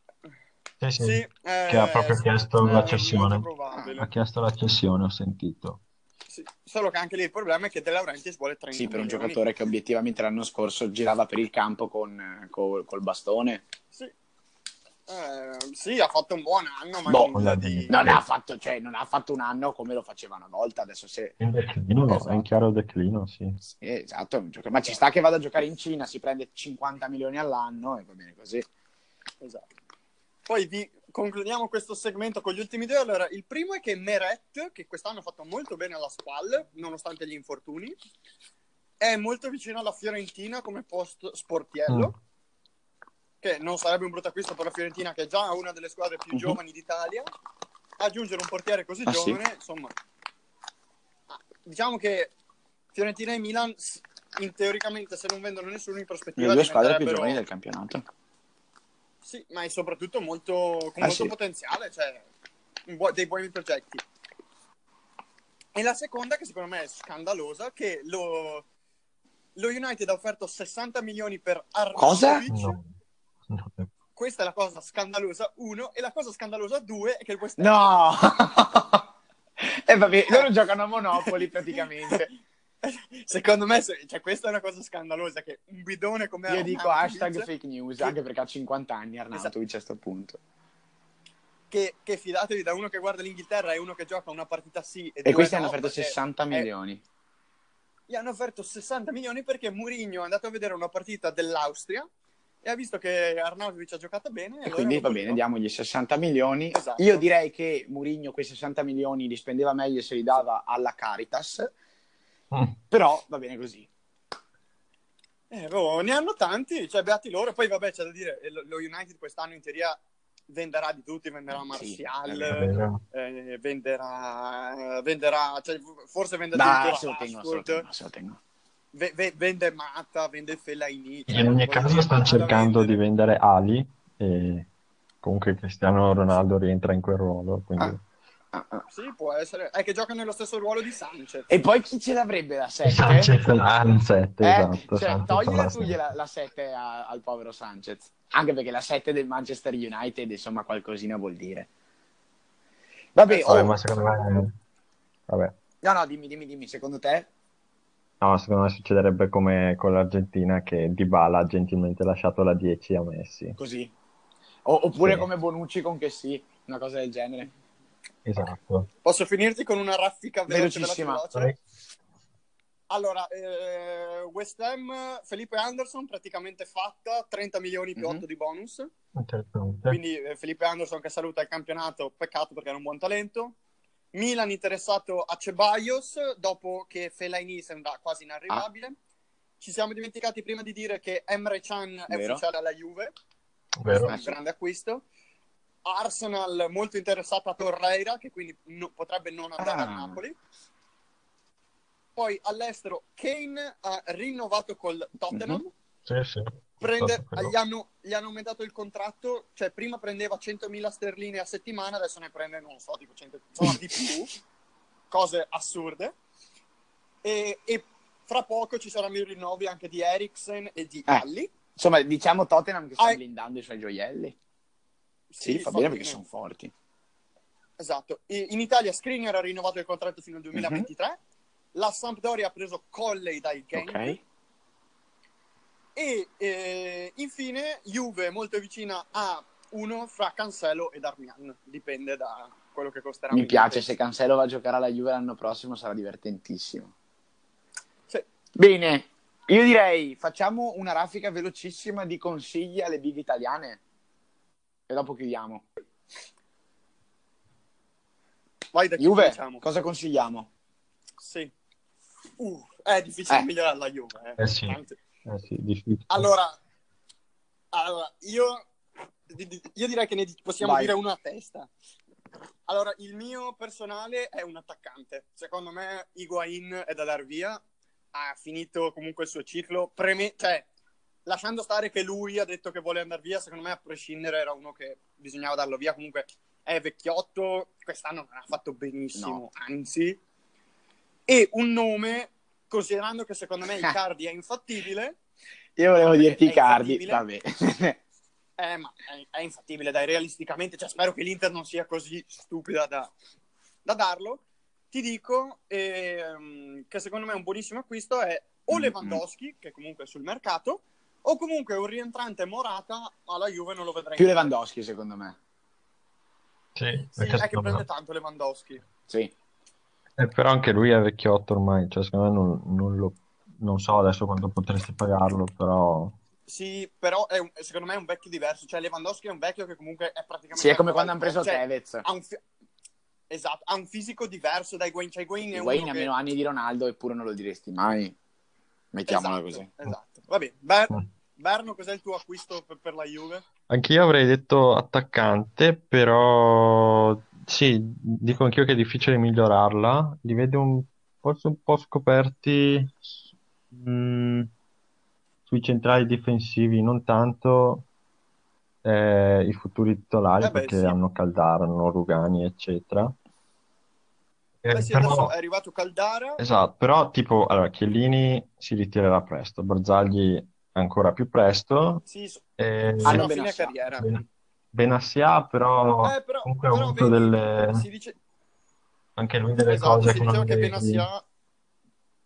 D: Sì, che ha proprio
C: sì,
D: chiesto
C: è
D: la cessione.
C: molto probabile.
D: Ha chiesto la cessione, ho sentito.
C: Sì, solo che anche lì il problema è che De Laurentiis vuole 30
B: Sì, per un
C: milioni.
B: giocatore che obiettivamente l'anno scorso girava per il campo col bastone.
C: Sì, ha fatto un buon anno, ma
B: Boh,
C: nulla di...
B: non ha fatto un anno come lo faceva una volta. Adesso se
D: In declino,
C: Esatto.
D: è in chiaro declino, sì.
B: sì, esatto, è un giocatore. Ma ci sta che vada a giocare in Cina, si prende 50 milioni all'anno e va bene così.
C: Esatto. Poi vi concludiamo questo segmento con gli ultimi due. Allora, il primo è che Meret, che quest'anno ha fatto molto bene alla SPAL, nonostante gli infortuni, è molto vicino alla Fiorentina come post sportiello, che non sarebbe un brutto acquisto per la Fiorentina, che è già una delle squadre più giovani d'Italia. Aggiungere un portiere così giovane,
B: sì.
C: insomma, diciamo che Fiorentina e Milan, teoricamente, se non vendono nessuno in prospettiva,
B: Le due squadre più
C: diventerebbero...
B: giovani del campionato.
C: Sì, ma è soprattutto con molto
B: sì.
C: potenziale, cioè dei buoni progetti. E la seconda, che secondo me è scandalosa, che lo United ha offerto 60 milioni per
B: Cosa?
C: Arnautovic.
D: No.
C: Questa è la cosa scandalosa 1, e la cosa scandalosa 2 è che il West Ham...
B: No! E vabbè, loro giocano a Monopoli praticamente.
C: Secondo me, cioè, questa è una cosa scandalosa, che un bidone come
B: Io dico
C: Arnautovic,
B: #fake news,
C: che-
B: anche perché ha 50 anni Arnautovic a sto punto.
C: che fidatevi, da uno che guarda l'Inghilterra è uno che gioca una partita sì e
B: E
C: due
B: questi
C: no,
B: hanno offerto
C: perché
B: 60 milioni.
C: gli hanno offerto 60 milioni perché Mourinho è andato a vedere una partita dell'Austria e ha visto che Arnautovic ha giocato bene e
B: E
C: allora
B: quindi
C: lo
B: va bene,
C: voleva.
B: diamogli 60 milioni.
C: Esatto.
B: Io direi che Mourinho quei 60 milioni li spendeva meglio se li dava alla Caritas, però va bene così.
C: Ne hanno tanti, cioè beati loro. Poi vabbè, c'è da dire, lo United quest'anno in teoria venderà di tutti, venderà Martial, venderà, cioè, forse vende addirittura
B: Se lo tengo,
C: Rashford,
B: se lo tengo.
C: vende Mata, vende Fellaini. Cioè,
D: In ogni
C: voglio
D: caso
C: dire,
D: stanno
C: ha da
D: cercando di
C: vendere.
D: vendere Ali e comunque Cristiano Ronaldo rientra in quel ruolo, quindi...
C: Sì, può essere. È che gioca nello stesso ruolo di Sanchez.
B: E poi chi ce l'avrebbe la 7?
D: Sanchez ha 7, esatto.
B: Cioè,
D: Sanchez
B: togliela
D: ha
B: tu la 7 al povero Sanchez. Anche perché la 7 del Manchester United, insomma, qualcosina vuol dire. Vabbè,
D: ma secondo me... Vabbè.
B: No, dimmi, secondo te?
D: No, secondo me succederebbe come con l'Argentina, che Dybala ha gentilmente lasciato la 10 a Messi.
B: Così. Oppure
D: Sì.
B: come Bonucci con che sì, una cosa del genere.
D: Esatto.
C: Posso finirti con una raffica
B: Velocissima.
C: veloce? Allora, West Ham, Felipe Anderson praticamente fatta, 30 milioni più 8 di bonus.
D: Interessante.
C: Quindi Felipe Anderson che saluta il campionato, peccato perché era un buon talento. Milan interessato a Ceballos dopo che Fellaini sembra quasi inarrivabile. Ci siamo dimenticati prima di dire che Emre Can è ufficiale alla Juve.
D: Vero.
C: Questo è un grande acquisto. Arsenal molto interessato a Torreira, che quindi potrebbe non andare a Napoli. Poi all'estero Kane ha rinnovato col Tottenham.
D: Sì.
C: Gli hanno aumentato il contratto, cioè prima prendeva 100.000 sterline a settimana, adesso ne prende, non so, tipo 100, di più, cose assurde. E fra poco ci saranno i rinnovi anche di Eriksen e di Alli.
B: Insomma, diciamo Tottenham che sta blindando i suoi gioielli. Sì, fa bene perché sono forti.
C: Esatto. In Italia Skriniar ha rinnovato il contratto fino al 2023. La Sampdoria ha preso Colley dal Genk. E infine Juve molto vicina a uno fra Cancelo e Darmian. Dipende da quello che costerà.
B: Mi piace, se Cancelo va a giocare alla Juve l'anno prossimo sarà divertentissimo.
C: Sì.
B: Bene, io direi facciamo una raffica velocissima di consigli alle big italiane e dopo chiudiamo.
C: Vai da
B: Juve, cosa consigliamo?
C: Sì. È difficile migliorare la Juve.
D: Sì, difficile.
C: Allora, io direi che ne possiamo dire una a testa. Allora, il mio personale è un attaccante. Secondo me Higuain è da dar via. Ha finito comunque il suo ciclo. Cioè, lasciando stare che lui ha detto che vuole andare via, secondo me a prescindere era uno che bisognava darlo via. Comunque è vecchiotto, quest'anno non ha fatto benissimo, anzi. E un nome, considerando che secondo me Icardi è infattibile.
B: Io volevo dirti Icardi, vabbè.
C: Ma è infattibile, dai, realisticamente. Cioè, spero che l'Inter non sia così stupida da darlo. Ti dico che secondo me un buonissimo acquisto è o Lewandowski, che comunque è sul mercato, o comunque un rientrante Morata alla Juve non lo vedrei.
B: Più Lewandowski, secondo me.
D: Sì,
C: è che prende tanto Lewandowski.
B: Sì.
D: Però anche lui è vecchiotto ormai, cioè secondo me non so adesso quanto potresti pagarlo, però...
C: Sì, però secondo me è un vecchio diverso, cioè Lewandowski è un vecchio che comunque è praticamente...
B: Sì, è come quando hanno preso Tevez.
C: Esatto, ha un fisico diverso da Higuain. Cioè,
B: Higuain ha meno anni di Ronaldo, eppure non lo diresti mai. Mettiamola così.
C: Esatto, va bene. Berno, cos'è il tuo acquisto per la Juve?
D: Anch'io avrei detto attaccante, però sì, dico anch'io che è difficile migliorarla. Li vedo forse un po' scoperti sui centrali difensivi, non tanto i futuri titolari, perché hanno Caldara, hanno Rugani, eccetera.
C: Sì, adesso è arrivato Caldara.
D: Esatto, però tipo, allora, Chiellini si ritirerà presto, Barzagli ancora più presto.
C: Sì,
B: hanno
C: fine carriera.
D: Benassia, però comunque ha avuto delle...
C: Si dice...
D: anche lui delle cose
C: si diceva che Benassia...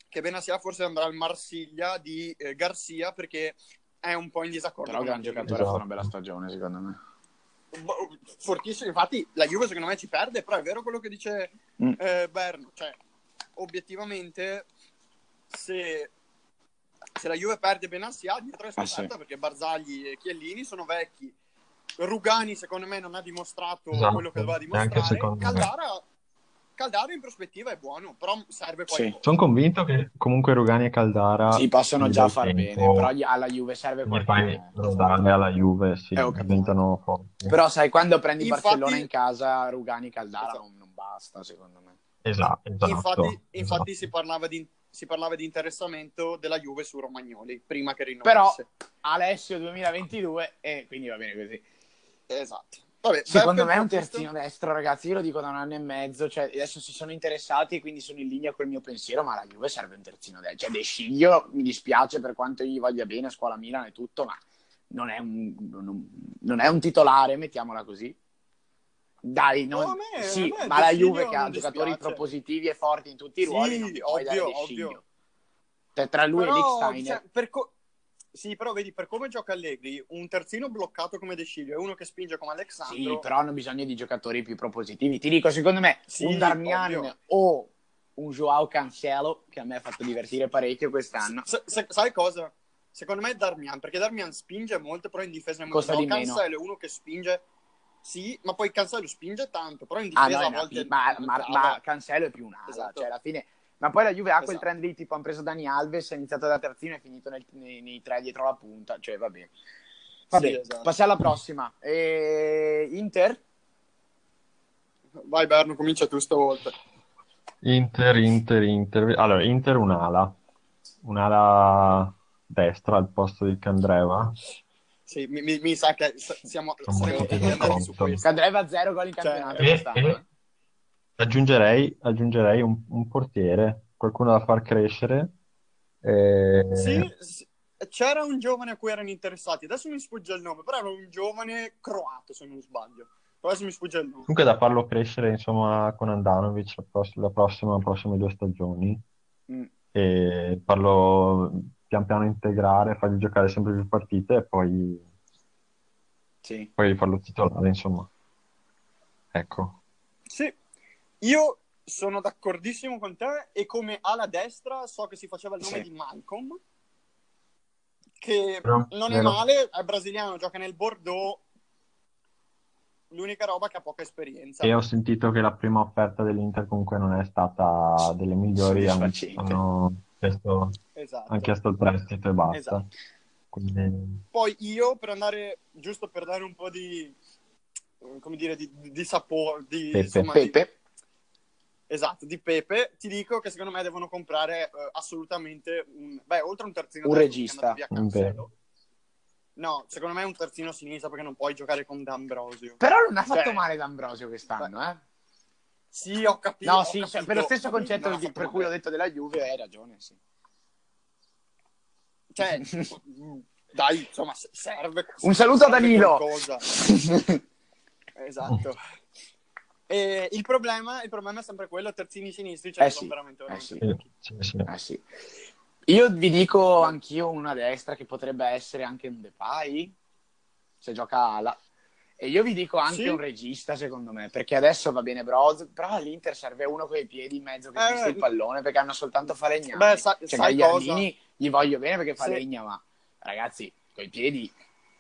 C: che Benassia forse andrà al Marsiglia di Garcia, perché è un po' in disaccordo.
B: Però
C: con
B: gran
C: la Juve.
B: giocatore, ha fatto una bella stagione, secondo me.
C: Fortissimo, infatti la Juve secondo me ci perde, però è vero quello che dice Berno, cioè obiettivamente se la Juve perde Benassia dietro è scoperta, perché Barzagli e Chiellini sono vecchi, Rugani secondo me non ha dimostrato quello che doveva dimostrare, Caldara in prospettiva è buono, però serve qualcosa.
D: Sono convinto che comunque Rugani e Caldara
B: sì, possono già far bene, però alla Juve serve
D: ne
B: qualcosa.
D: fai rodare alla Juve, sì, diventano forti.
B: Però sai, quando prendi
C: Infatti,
B: Barcellona in casa, Rugani e Caldara non basta, secondo me.
D: Esatto.
C: Infatti si parlava di interessamento della Juve su Romagnoli prima che rinnovasse.
B: Però Alessio 2022 e quindi va bene così.
C: Esatto. Vabbè,
B: secondo me è un terzino destro, ragazzi, io lo dico da 1 anno e mezzo, cioè adesso si sono interessati e quindi sono in linea col mio pensiero, ma alla Juve serve un terzino destro. Cioè De Sciglio mi dispiace per quanto gli voglia bene a scuola Milan e tutto, ma non è un titolare, mettiamola così. Dai, ma la Juve che ha giocatori propositivi e forti in tutti i ruoli, non puoi dare De Sciglio. Tra lui e Lichtsteiner.
C: Sì, però vedi, per come gioca Allegri, un terzino bloccato come De Sciglio e uno che spinge come Alexandro...
B: Sì, però hanno bisogno di giocatori più propositivi. Ti dico, secondo me, un Darmian o un Joao Cancelo, che a me ha fatto divertire parecchio quest'anno.
C: Sai cosa? Secondo me è Darmian, perché Darmian spinge molto, però in difesa è molto...
B: Costa di meno.
C: Cancelo è uno che spinge... Sì, ma poi Cancelo spinge tanto, però in difesa a volte...
B: Ma Cancelo è più un'ala,
C: esatto.
B: cioè alla fine... Ma poi la Juve ha quel trend lì, tipo hanno preso Dani Alves, è iniziato da terzino e è finito nei 3 dietro la punta, cioè vabbè. Vabbè, esatto. Passiamo alla prossima. Inter?
C: Vai Berno, comincia tu stavolta.
D: Inter. Allora, Inter un'ala destra al posto di Candreva.
C: Sì, mi sa che saremo andati su questo.
B: Candreva 0 gol in campionato.
D: Aggiungerei un portiere, qualcuno da far crescere.
C: Sì, c'era un giovane a cui erano interessati, adesso mi sfugge il nome, però era un giovane croato se non sbaglio, adesso mi sfugge il nome.
D: Comunque da farlo crescere insomma con Andanovic le prossime 2 stagioni e farlo pian piano integrare, fargli giocare sempre più partite e poi farlo titolare insomma. Ecco.
C: Sì. Io sono d'accordissimo con te e come ala destra so che si faceva il nome di Malcolm, che non è male, è brasiliano, gioca nel Bordeaux, l'unica roba che ha poca esperienza.
D: E ho sentito che la prima offerta dell'Inter comunque non è stata delle migliori, hanno chiesto il prestito e basta.
C: Esatto.
D: Quindi...
C: Poi io, per andare, giusto per dare un po' di, come dire, di sapore,
B: Pepe.
C: Esatto, di Pepe, ti dico che secondo me devono comprare assolutamente oltre a un terzino
B: un regista.
C: No, secondo me è un terzino sinistra perché non puoi giocare con D'Ambrosio.
B: Però non ha fatto male D'Ambrosio quest'anno,
C: Sì, ho capito.
B: No, sì, capito. Per lo stesso concetto per cui ho detto della Juve, hai ragione, sì.
C: Cioè, dai, insomma, serve.
B: Un saluto a Danilo.
C: Esatto. E il problema è sempre quello, terzini sinistri, sono veramente
B: sì. Io vi dico anch'io una destra che potrebbe essere anche un Depay, se gioca ala. E io vi dico anche un regista, secondo me, perché adesso va bene Broz, però all'Inter serve uno con i piedi in mezzo che tira il pallone, perché hanno soltanto Falegnami. Gagliardini gli voglio bene perché Falegna, ma ragazzi, con i piedi...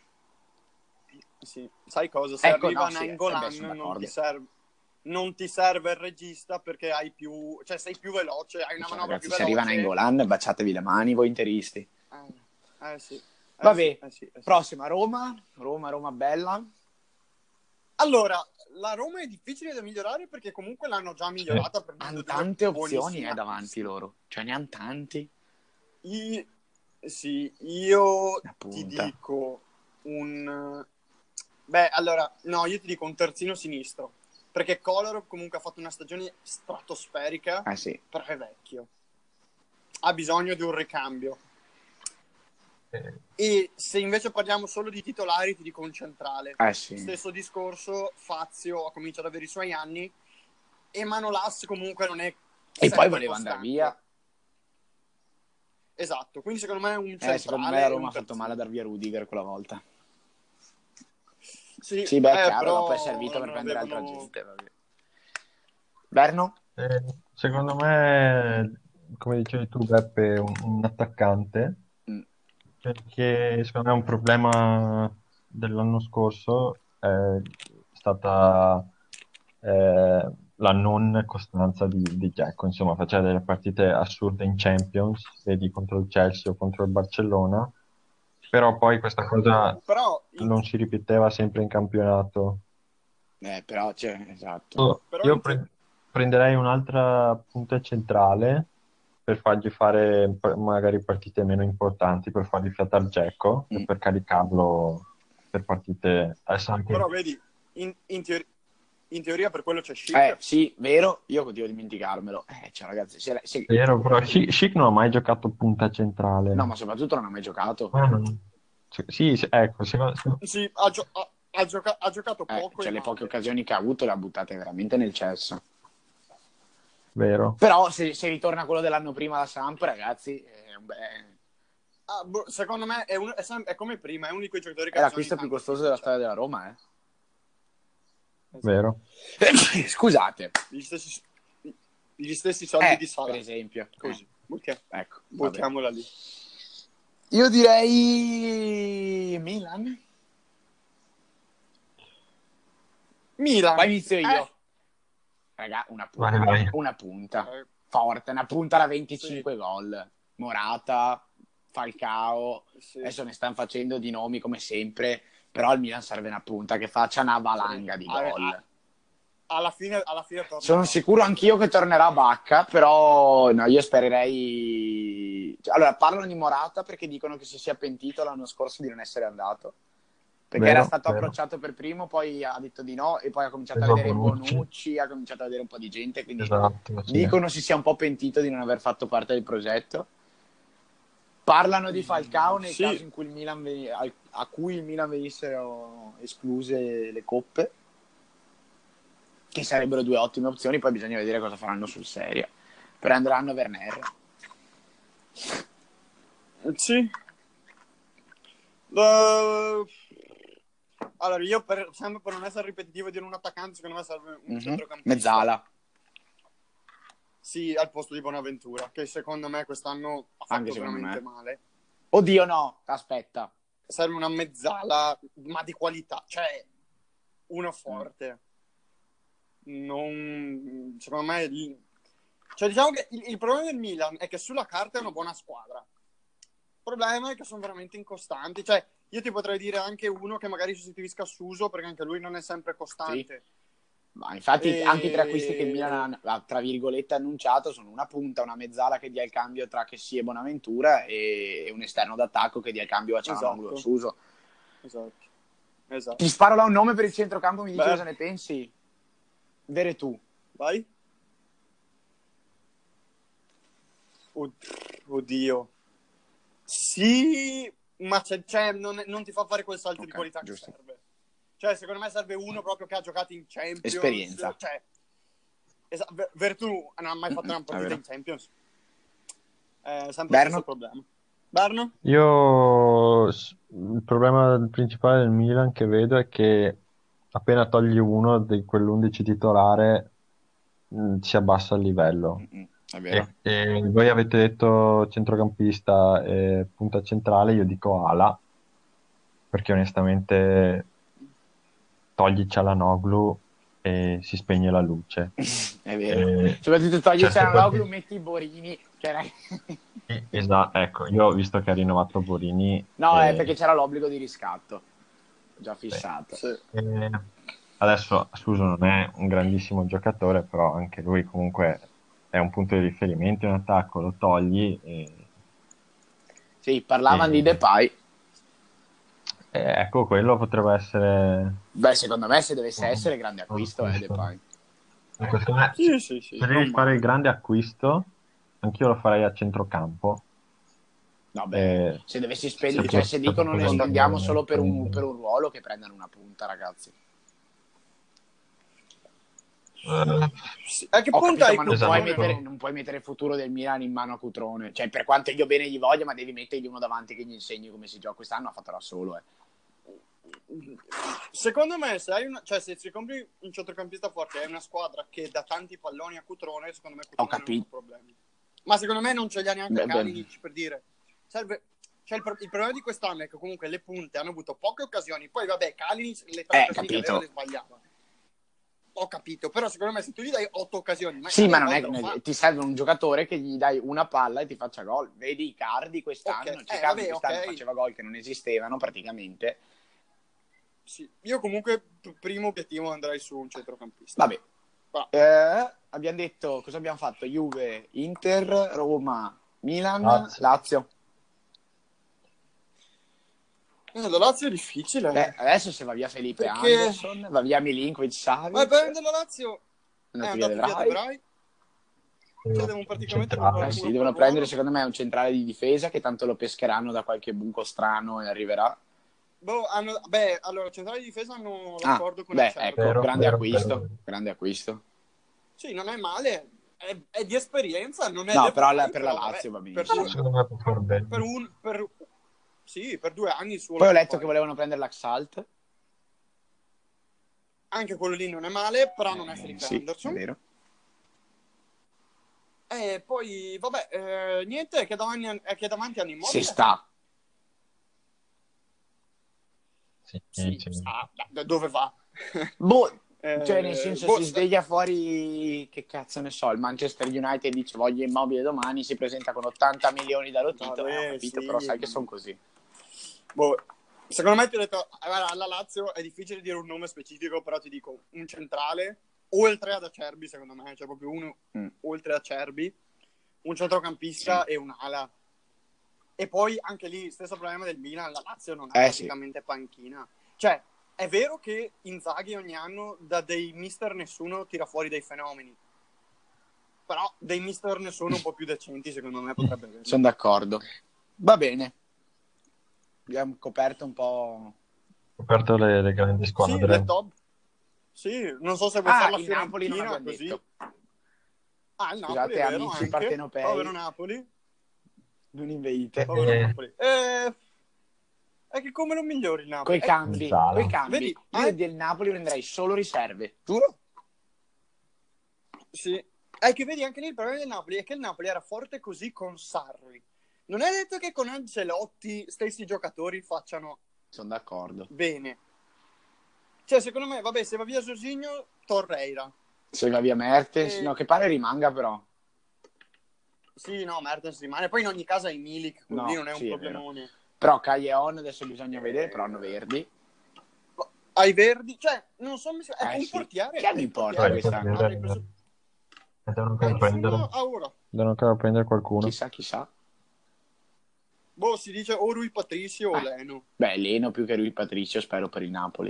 C: Sì, sai cosa? Se arriva Nainggolan non ti serve il regista perché hai più, cioè sei più veloce, hai una manovra più veloce.
B: Se arriva Nainggolan, baciatevi le mani voi interisti.
C: Sì.
B: Vabbè, prossima Roma bella.
C: Allora, la Roma è difficile da migliorare perché comunque l'hanno già migliorata.
B: Hanno tante opzioni davanti loro, cioè ne hanno tanti.
C: Io ti dico io ti dico un terzino sinistro. Perché Kolarov comunque ha fatto una stagione stratosferica, però è vecchio. Ha bisogno di un ricambio. E se invece parliamo solo di titolari, ti dico un centrale. Stesso discorso, Fazio ha cominciato ad avere i suoi anni e Manolas comunque non è...
B: E poi voleva andare via.
C: Esatto, quindi secondo me è un
B: Secondo me
C: centrale.
B: la Roma ha fatto male a dar via Rudiger quella volta.
C: Sì,
B: Sì, beh, chiaro,
C: però
B: dopo è servito per
C: non
B: prendere altra
C: avevano-
B: gente. Vabbè. Berno?
D: Secondo me, come dicevi tu, Beppe, è un attaccante,
B: Mm.
D: perché secondo me un problema dell'anno scorso è stata la non costanza di Dzeko. Insomma, faceva delle partite assurde in Champions, vedi contro il Chelsea o contro il Barcellona, però poi questa cosa
C: Però,
D: non si ripeteva sempre in campionato.
B: Però, cioè, esatto.
C: però
D: Io prenderei un'altra punta centrale per fargli fare magari partite meno importanti, per fargli fiatare Dzeko e
B: Mm.
D: per caricarlo per partite. Adesso
C: però
D: anche
C: vedi, in teoria per quello c'è Schick.
B: Sì, vero, io continuo a dimenticarmelo. Cioè, ragazzi,
D: vero, però Schick non ha mai giocato punta centrale.
B: no, ma soprattutto non ha mai giocato.
D: Sì, sì, ecco,
C: Sì, ha giocato poco
B: Cioè,
C: e
B: le poche
C: male.
B: occasioni che ha avuto le ha buttate veramente nel cesso.
D: vero.
B: Però, se ritorna quello dell'anno prima alla Samp, ragazzi,
C: Secondo me è come prima, è uno di quei giocatori che
B: è l'acquisto più
C: bisogna
B: costoso della storia della Roma,
D: Vero.
B: Scusate.
C: Gli stessi soldi di Salah.
B: Per esempio.
C: Così,
B: Ecco,
C: buttiamola lì.
B: io direi Milan.
C: Milan.
B: Poi inizio io. Raga, una punta.
D: Vai.
B: Una punta. Forte, una punta da 25
C: Sì.
B: gol. Morata, Falcao.
C: Sì.
B: Adesso ne stanno facendo di nomi come sempre. Però al Milan serve una punta che faccia una valanga di gol.
C: Alla fine torna.
B: Sono sicuro anch'io che tornerà Bacca, però no, io spererei... Allora, parlano di Morata perché dicono che si sia pentito l'anno scorso di non essere andato. Perché
D: Vero,
B: era stato
D: vero.
B: approcciato per primo, poi ha detto di no e poi ha cominciato a
D: Esatto,
B: vedere
D: Bonucci.
B: Bonucci, ha cominciato a vedere un po' di gente, quindi
D: Esatto, sì.
B: dicono si sia un po' pentito di non aver fatto parte del progetto. Parlano di Falcao nel
C: Sì.
B: caso in cui il Milan a cui il Milan venissero escluse le coppe, che sarebbero due ottime opzioni, poi bisogna vedere cosa faranno sul serio. Prenderanno Werner.
C: Sì. Allora, io sempre per non essere ripetitivo di un attaccante, secondo me serve un centrocampista.
B: Mezzala.
C: Sì, al posto di Bonaventura, che secondo me quest'anno ha
B: Anche
C: fatto
B: secondo
C: veramente
B: me.
C: male.
B: Oddio no, aspetta.
C: Serve una mezzala, ma di qualità, cioè uno forte. Non, secondo me, cioè diciamo che il problema del Milan è che sulla carta è una buona squadra. Il problema è che sono veramente incostanti. Cioè, io ti potrei dire anche uno che magari sostituisca Suso, perché anche lui non è sempre costante.
B: Sì. Ma infatti anche i tre acquisti che il Milan ha, tra virgolette, annunciato sono una punta, una mezzala che dia il cambio tra Kessie e Bonaventura e un esterno d'attacco che dia il cambio a Cialanoglu e Suso.
C: Esatto.
B: Ti sparo là un nome per il centrocampo, mi dici
C: Beh.
B: cosa ne pensi? Veretù.
C: Vai. Oddio. Sì, ma non ti fa fare quel salto di qualità
B: giusto.
C: che serve. Cioè, secondo me serve uno proprio che ha giocato in Champions.
B: Esperienza.
C: Cioè, Veretù non ha mai fatto una partita in Champions. Sempre lo stesso problema. Berno?
D: Io il problema principale del Milan che vedo è che appena togli uno di quell'11 titolare si abbassa il livello.
B: È vero.
D: E voi avete detto centrocampista e punta centrale, io dico ala, perché onestamente togli Cialanoglu e si spegne la luce.
B: È vero. Soprattutto togli
D: certe
B: Cialanoglu,
D: partite-
B: metti i Borini. Cioè,
D: Esatto, ecco, io ho visto che ha rinnovato Borini.
B: no, è perché c'era l'obbligo di riscatto. Già fissato.
C: Sì.
D: Adesso Suso non è un grandissimo giocatore, però anche lui comunque è un punto di riferimento in attacco, lo togli e...
B: Sì, parlavano di Depay.
D: ecco, quello potrebbe essere...
B: Beh, secondo me se dovesse essere grande acquisto è Depay.
C: Sì.
D: Se devi fare il grande acquisto, anch'io lo farei a centrocampo.
B: Vabbè, se dovessi spendere,
D: se
B: se dicono ne
D: potrebbe
B: spendiamo solo per un
D: prendere.
B: ruolo, che prendano una punta, ragazzi.
C: A che
B: Ho
C: punto
B: capito,
C: hai
B: ma non
D: Esatto.
B: non puoi mettere il futuro del Milan in mano a Cutrone. Cioè, per quanto io bene gli voglia, ma devi mettergli uno davanti che gli insegni come si gioca. Quest'anno ha fatto da solo,
C: Secondo me, se ci compri un centrocampista forte e hai una squadra che dà tanti palloni a Cutrone, secondo me Cutrone non ha
B: capito.
C: problemi. Ma secondo me non ce li ha neanche
B: Beh,
C: Kalinic, per dire. Serve... Cioè, il problema di quest'anno è che comunque le punte hanno avuto poche occasioni. Poi, vabbè, Kalinic le 3 occasioni che
B: capito.
C: aveva le sbagliava. Ho capito, però secondo me se tu gli dai 8 occasioni...
B: Sì, ma non è
C: lo fa.
B: che ti serve un giocatore che gli dai una palla e ti faccia gol. Vedi Icardi quest'anno,
C: Ok,
B: Icardi
C: vabbè,
B: quest'anno
C: ok.
B: faceva gol che non esistevano praticamente.
C: Sì. Io comunque, primo obiettivo, andrei su un centrocampista.
B: Vabbè. Abbiamo detto, cosa abbiamo fatto? Juve, Inter, Roma, Milan, Lazio.
C: La Lazio è difficile.
B: Adesso se va via Felipe
C: Perché-
B: Anderson, va via Milinkovic, Savic.
C: Ma per la Lazio è
B: andato
C: andato via De Vrij. Cioè, devono praticamente
D: Centrale.
B: Sì, devono prendere secondo me un centrale di difesa che tanto lo pescheranno da qualche buco strano e arriverà.
C: Allora, centrale di difesa hanno l'accordo con il Cerco.
B: Ecco,
D: Vero,
B: grande
D: vero,
B: acquisto,
D: vero.
B: grande acquisto.
C: Sì, non è male. È di esperienza, non è
B: No,
C: De
B: però
C: Vrij,
B: per la
C: vabbè,
B: Lazio va
C: per
B: benissimo.
C: due-
D: Secondo me può far bene.
C: per 2 anni solo.
B: Poi ho letto che volevano prendere l'Axalt.
C: Anche quello lì non è male, però non è Felipe
B: Sì, è
C: Anderson.
B: vero.
C: E poi, vabbè, niente, è che davanti hanno Immobile.
B: Se sta.
C: Sì,
D: Sì.
C: da dove va?
B: Cioè nel senso si sveglia fuori, che cazzo ne so, il Manchester United dice voglio Immobile domani, si presenta con 80 milioni dallo titolo,
C: Vabbè,
B: ho capito,
C: sì.
B: però sai che sono così.
C: Secondo me ti ho detto, alla Lazio è difficile dire un nome specifico, però ti dico un centrale, oltre ad Acerbi, secondo me, cioè proprio uno oltre ad Acerbi, un centrocampista e un'ala. E poi anche lì, stesso problema del Milan, la Lazio non ha praticamente panchina. Cioè, è vero che Inzaghi ogni anno da dei mister nessuno tira fuori dei fenomeni, però dei mister nessuno un po' più decenti secondo me potrebbe avere.
B: Sono d'accordo. Va bene. Abbiamo coperto un po'...
D: Coperto le grandi squadre.
C: Sì, le top. Sì, non so se vuoi fare la
B: il Napoli non
C: Fiorentina
B: abbiamo
C: così.
B: detto.
C: Il Napoli,
B: Scusate,
C: è vero,
B: amici
C: anche.
B: partenopei.
C: Povero Napoli.
B: Non inveite.
C: Povero Napoli. È che come lo migliori il Napoli?
B: Coi cambi.
C: Vedi,
B: io del Napoli prenderei solo riserve. Giuro?
C: Sì. È che vedi anche lì il problema del Napoli è che il Napoli era forte così con Sarri. Non è detto che con Ancelotti stessi giocatori facciano
B: Sono d'accordo.
C: bene. Cioè, secondo me, vabbè, se va via Jorginho, Torreira.
B: Se va via Mertens, no, che pare rimanga però.
C: Sì, no, Mertens rimane. Poi in ogni caso hai Milik, quindi non è un problemone.
B: Però Callejon adesso bisogna vedere, però hanno Verdi.
C: Ai Verdi, cioè, non so, è un portiere.
B: Che mi importa quest'anno?
D: Devono ancora prendere qualcuno.
B: Chissà.
C: Si dice o Rui Patricio o Leno.
B: Beh, Leno più che Rui Patricio, spero per il Napoli.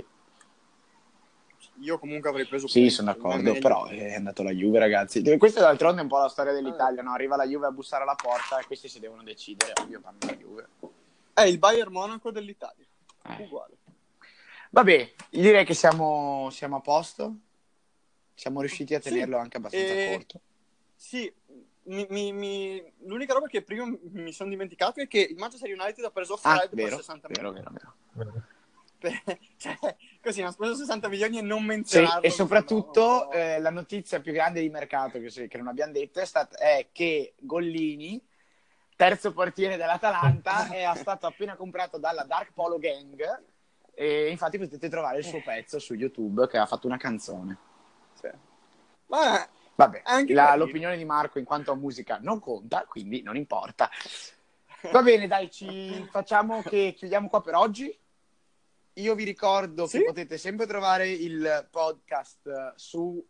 C: Io comunque avrei preso.
B: Sì, sono d'accordo, però è andato la Juve, ragazzi. Questa d'altronde è un po' la storia dell'Italia, no? Arriva la Juve a bussare alla porta e questi si devono decidere, ovvio, vanno la Juve.
C: È il Bayern Monaco dell'Italia. Uguale.
B: Vabbè, direi che siamo a posto. Siamo riusciti a tenerlo anche abbastanza corto.
C: Sì, l'unica roba che prima mi sono dimenticato è che il Manchester United ha preso Fred per 60 milioni.
B: Vero.
C: Cioè, così hanno speso 60 milioni e non menzionarlo.
B: Sì, e soprattutto la notizia più grande di mercato che non abbiamo detto è che Gollini, terzo portiere dell'Atalanta, è stato appena comprato dalla Dark Polo Gang e infatti potete trovare il suo pezzo su YouTube che ha fatto una canzone.
C: Sì.
B: Vabbè, l'opinione di Marco in quanto a musica non conta, quindi non importa. Va bene, dai, facciamo che chiudiamo qua per oggi. Io vi ricordo che potete sempre trovare il podcast su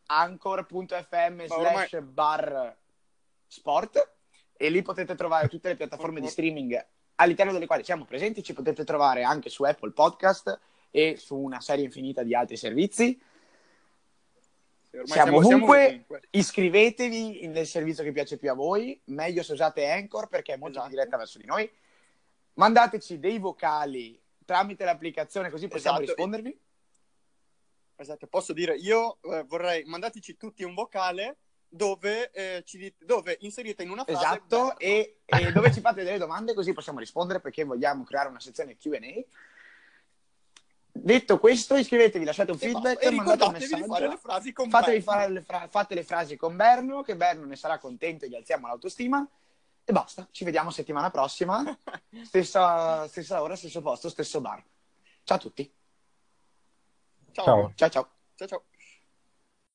B: anchor.fm/sport e lì potete trovare tutte le piattaforme di streaming all'interno delle quali siamo presenti. Ci potete trovare anche su Apple Podcast e su una serie infinita di altri servizi. Siamo ovunque. Iscrivetevi nel servizio che piace più a voi, meglio se usate Anchor perché è molto più diretta verso di noi. Mandateci dei vocali tramite l'applicazione così possiamo rispondervi.
C: Esatto, posso dire, io vorrei, mandateci tutti un vocale dove, dove inserite in una frase...
B: Esatto, e dove ci fate delle domande così possiamo rispondere, perché vogliamo creare una sezione Q&A. Detto questo, iscrivetevi, lasciate un feedback,
C: e
B: mandate un
C: ricordatevi di
B: messaggio.
C: fare le frasi con
B: Fatevi
C: Berno.
B: fate le frasi con Berno, che Berno ne sarà contento e gli alziamo l'autostima. E basta, ci vediamo settimana prossima. Stessa ora, stesso posto, stesso bar. Ciao a tutti.
C: Ciao.
D: Ciao.
B: Ciao ciao.
C: Ciao ciao.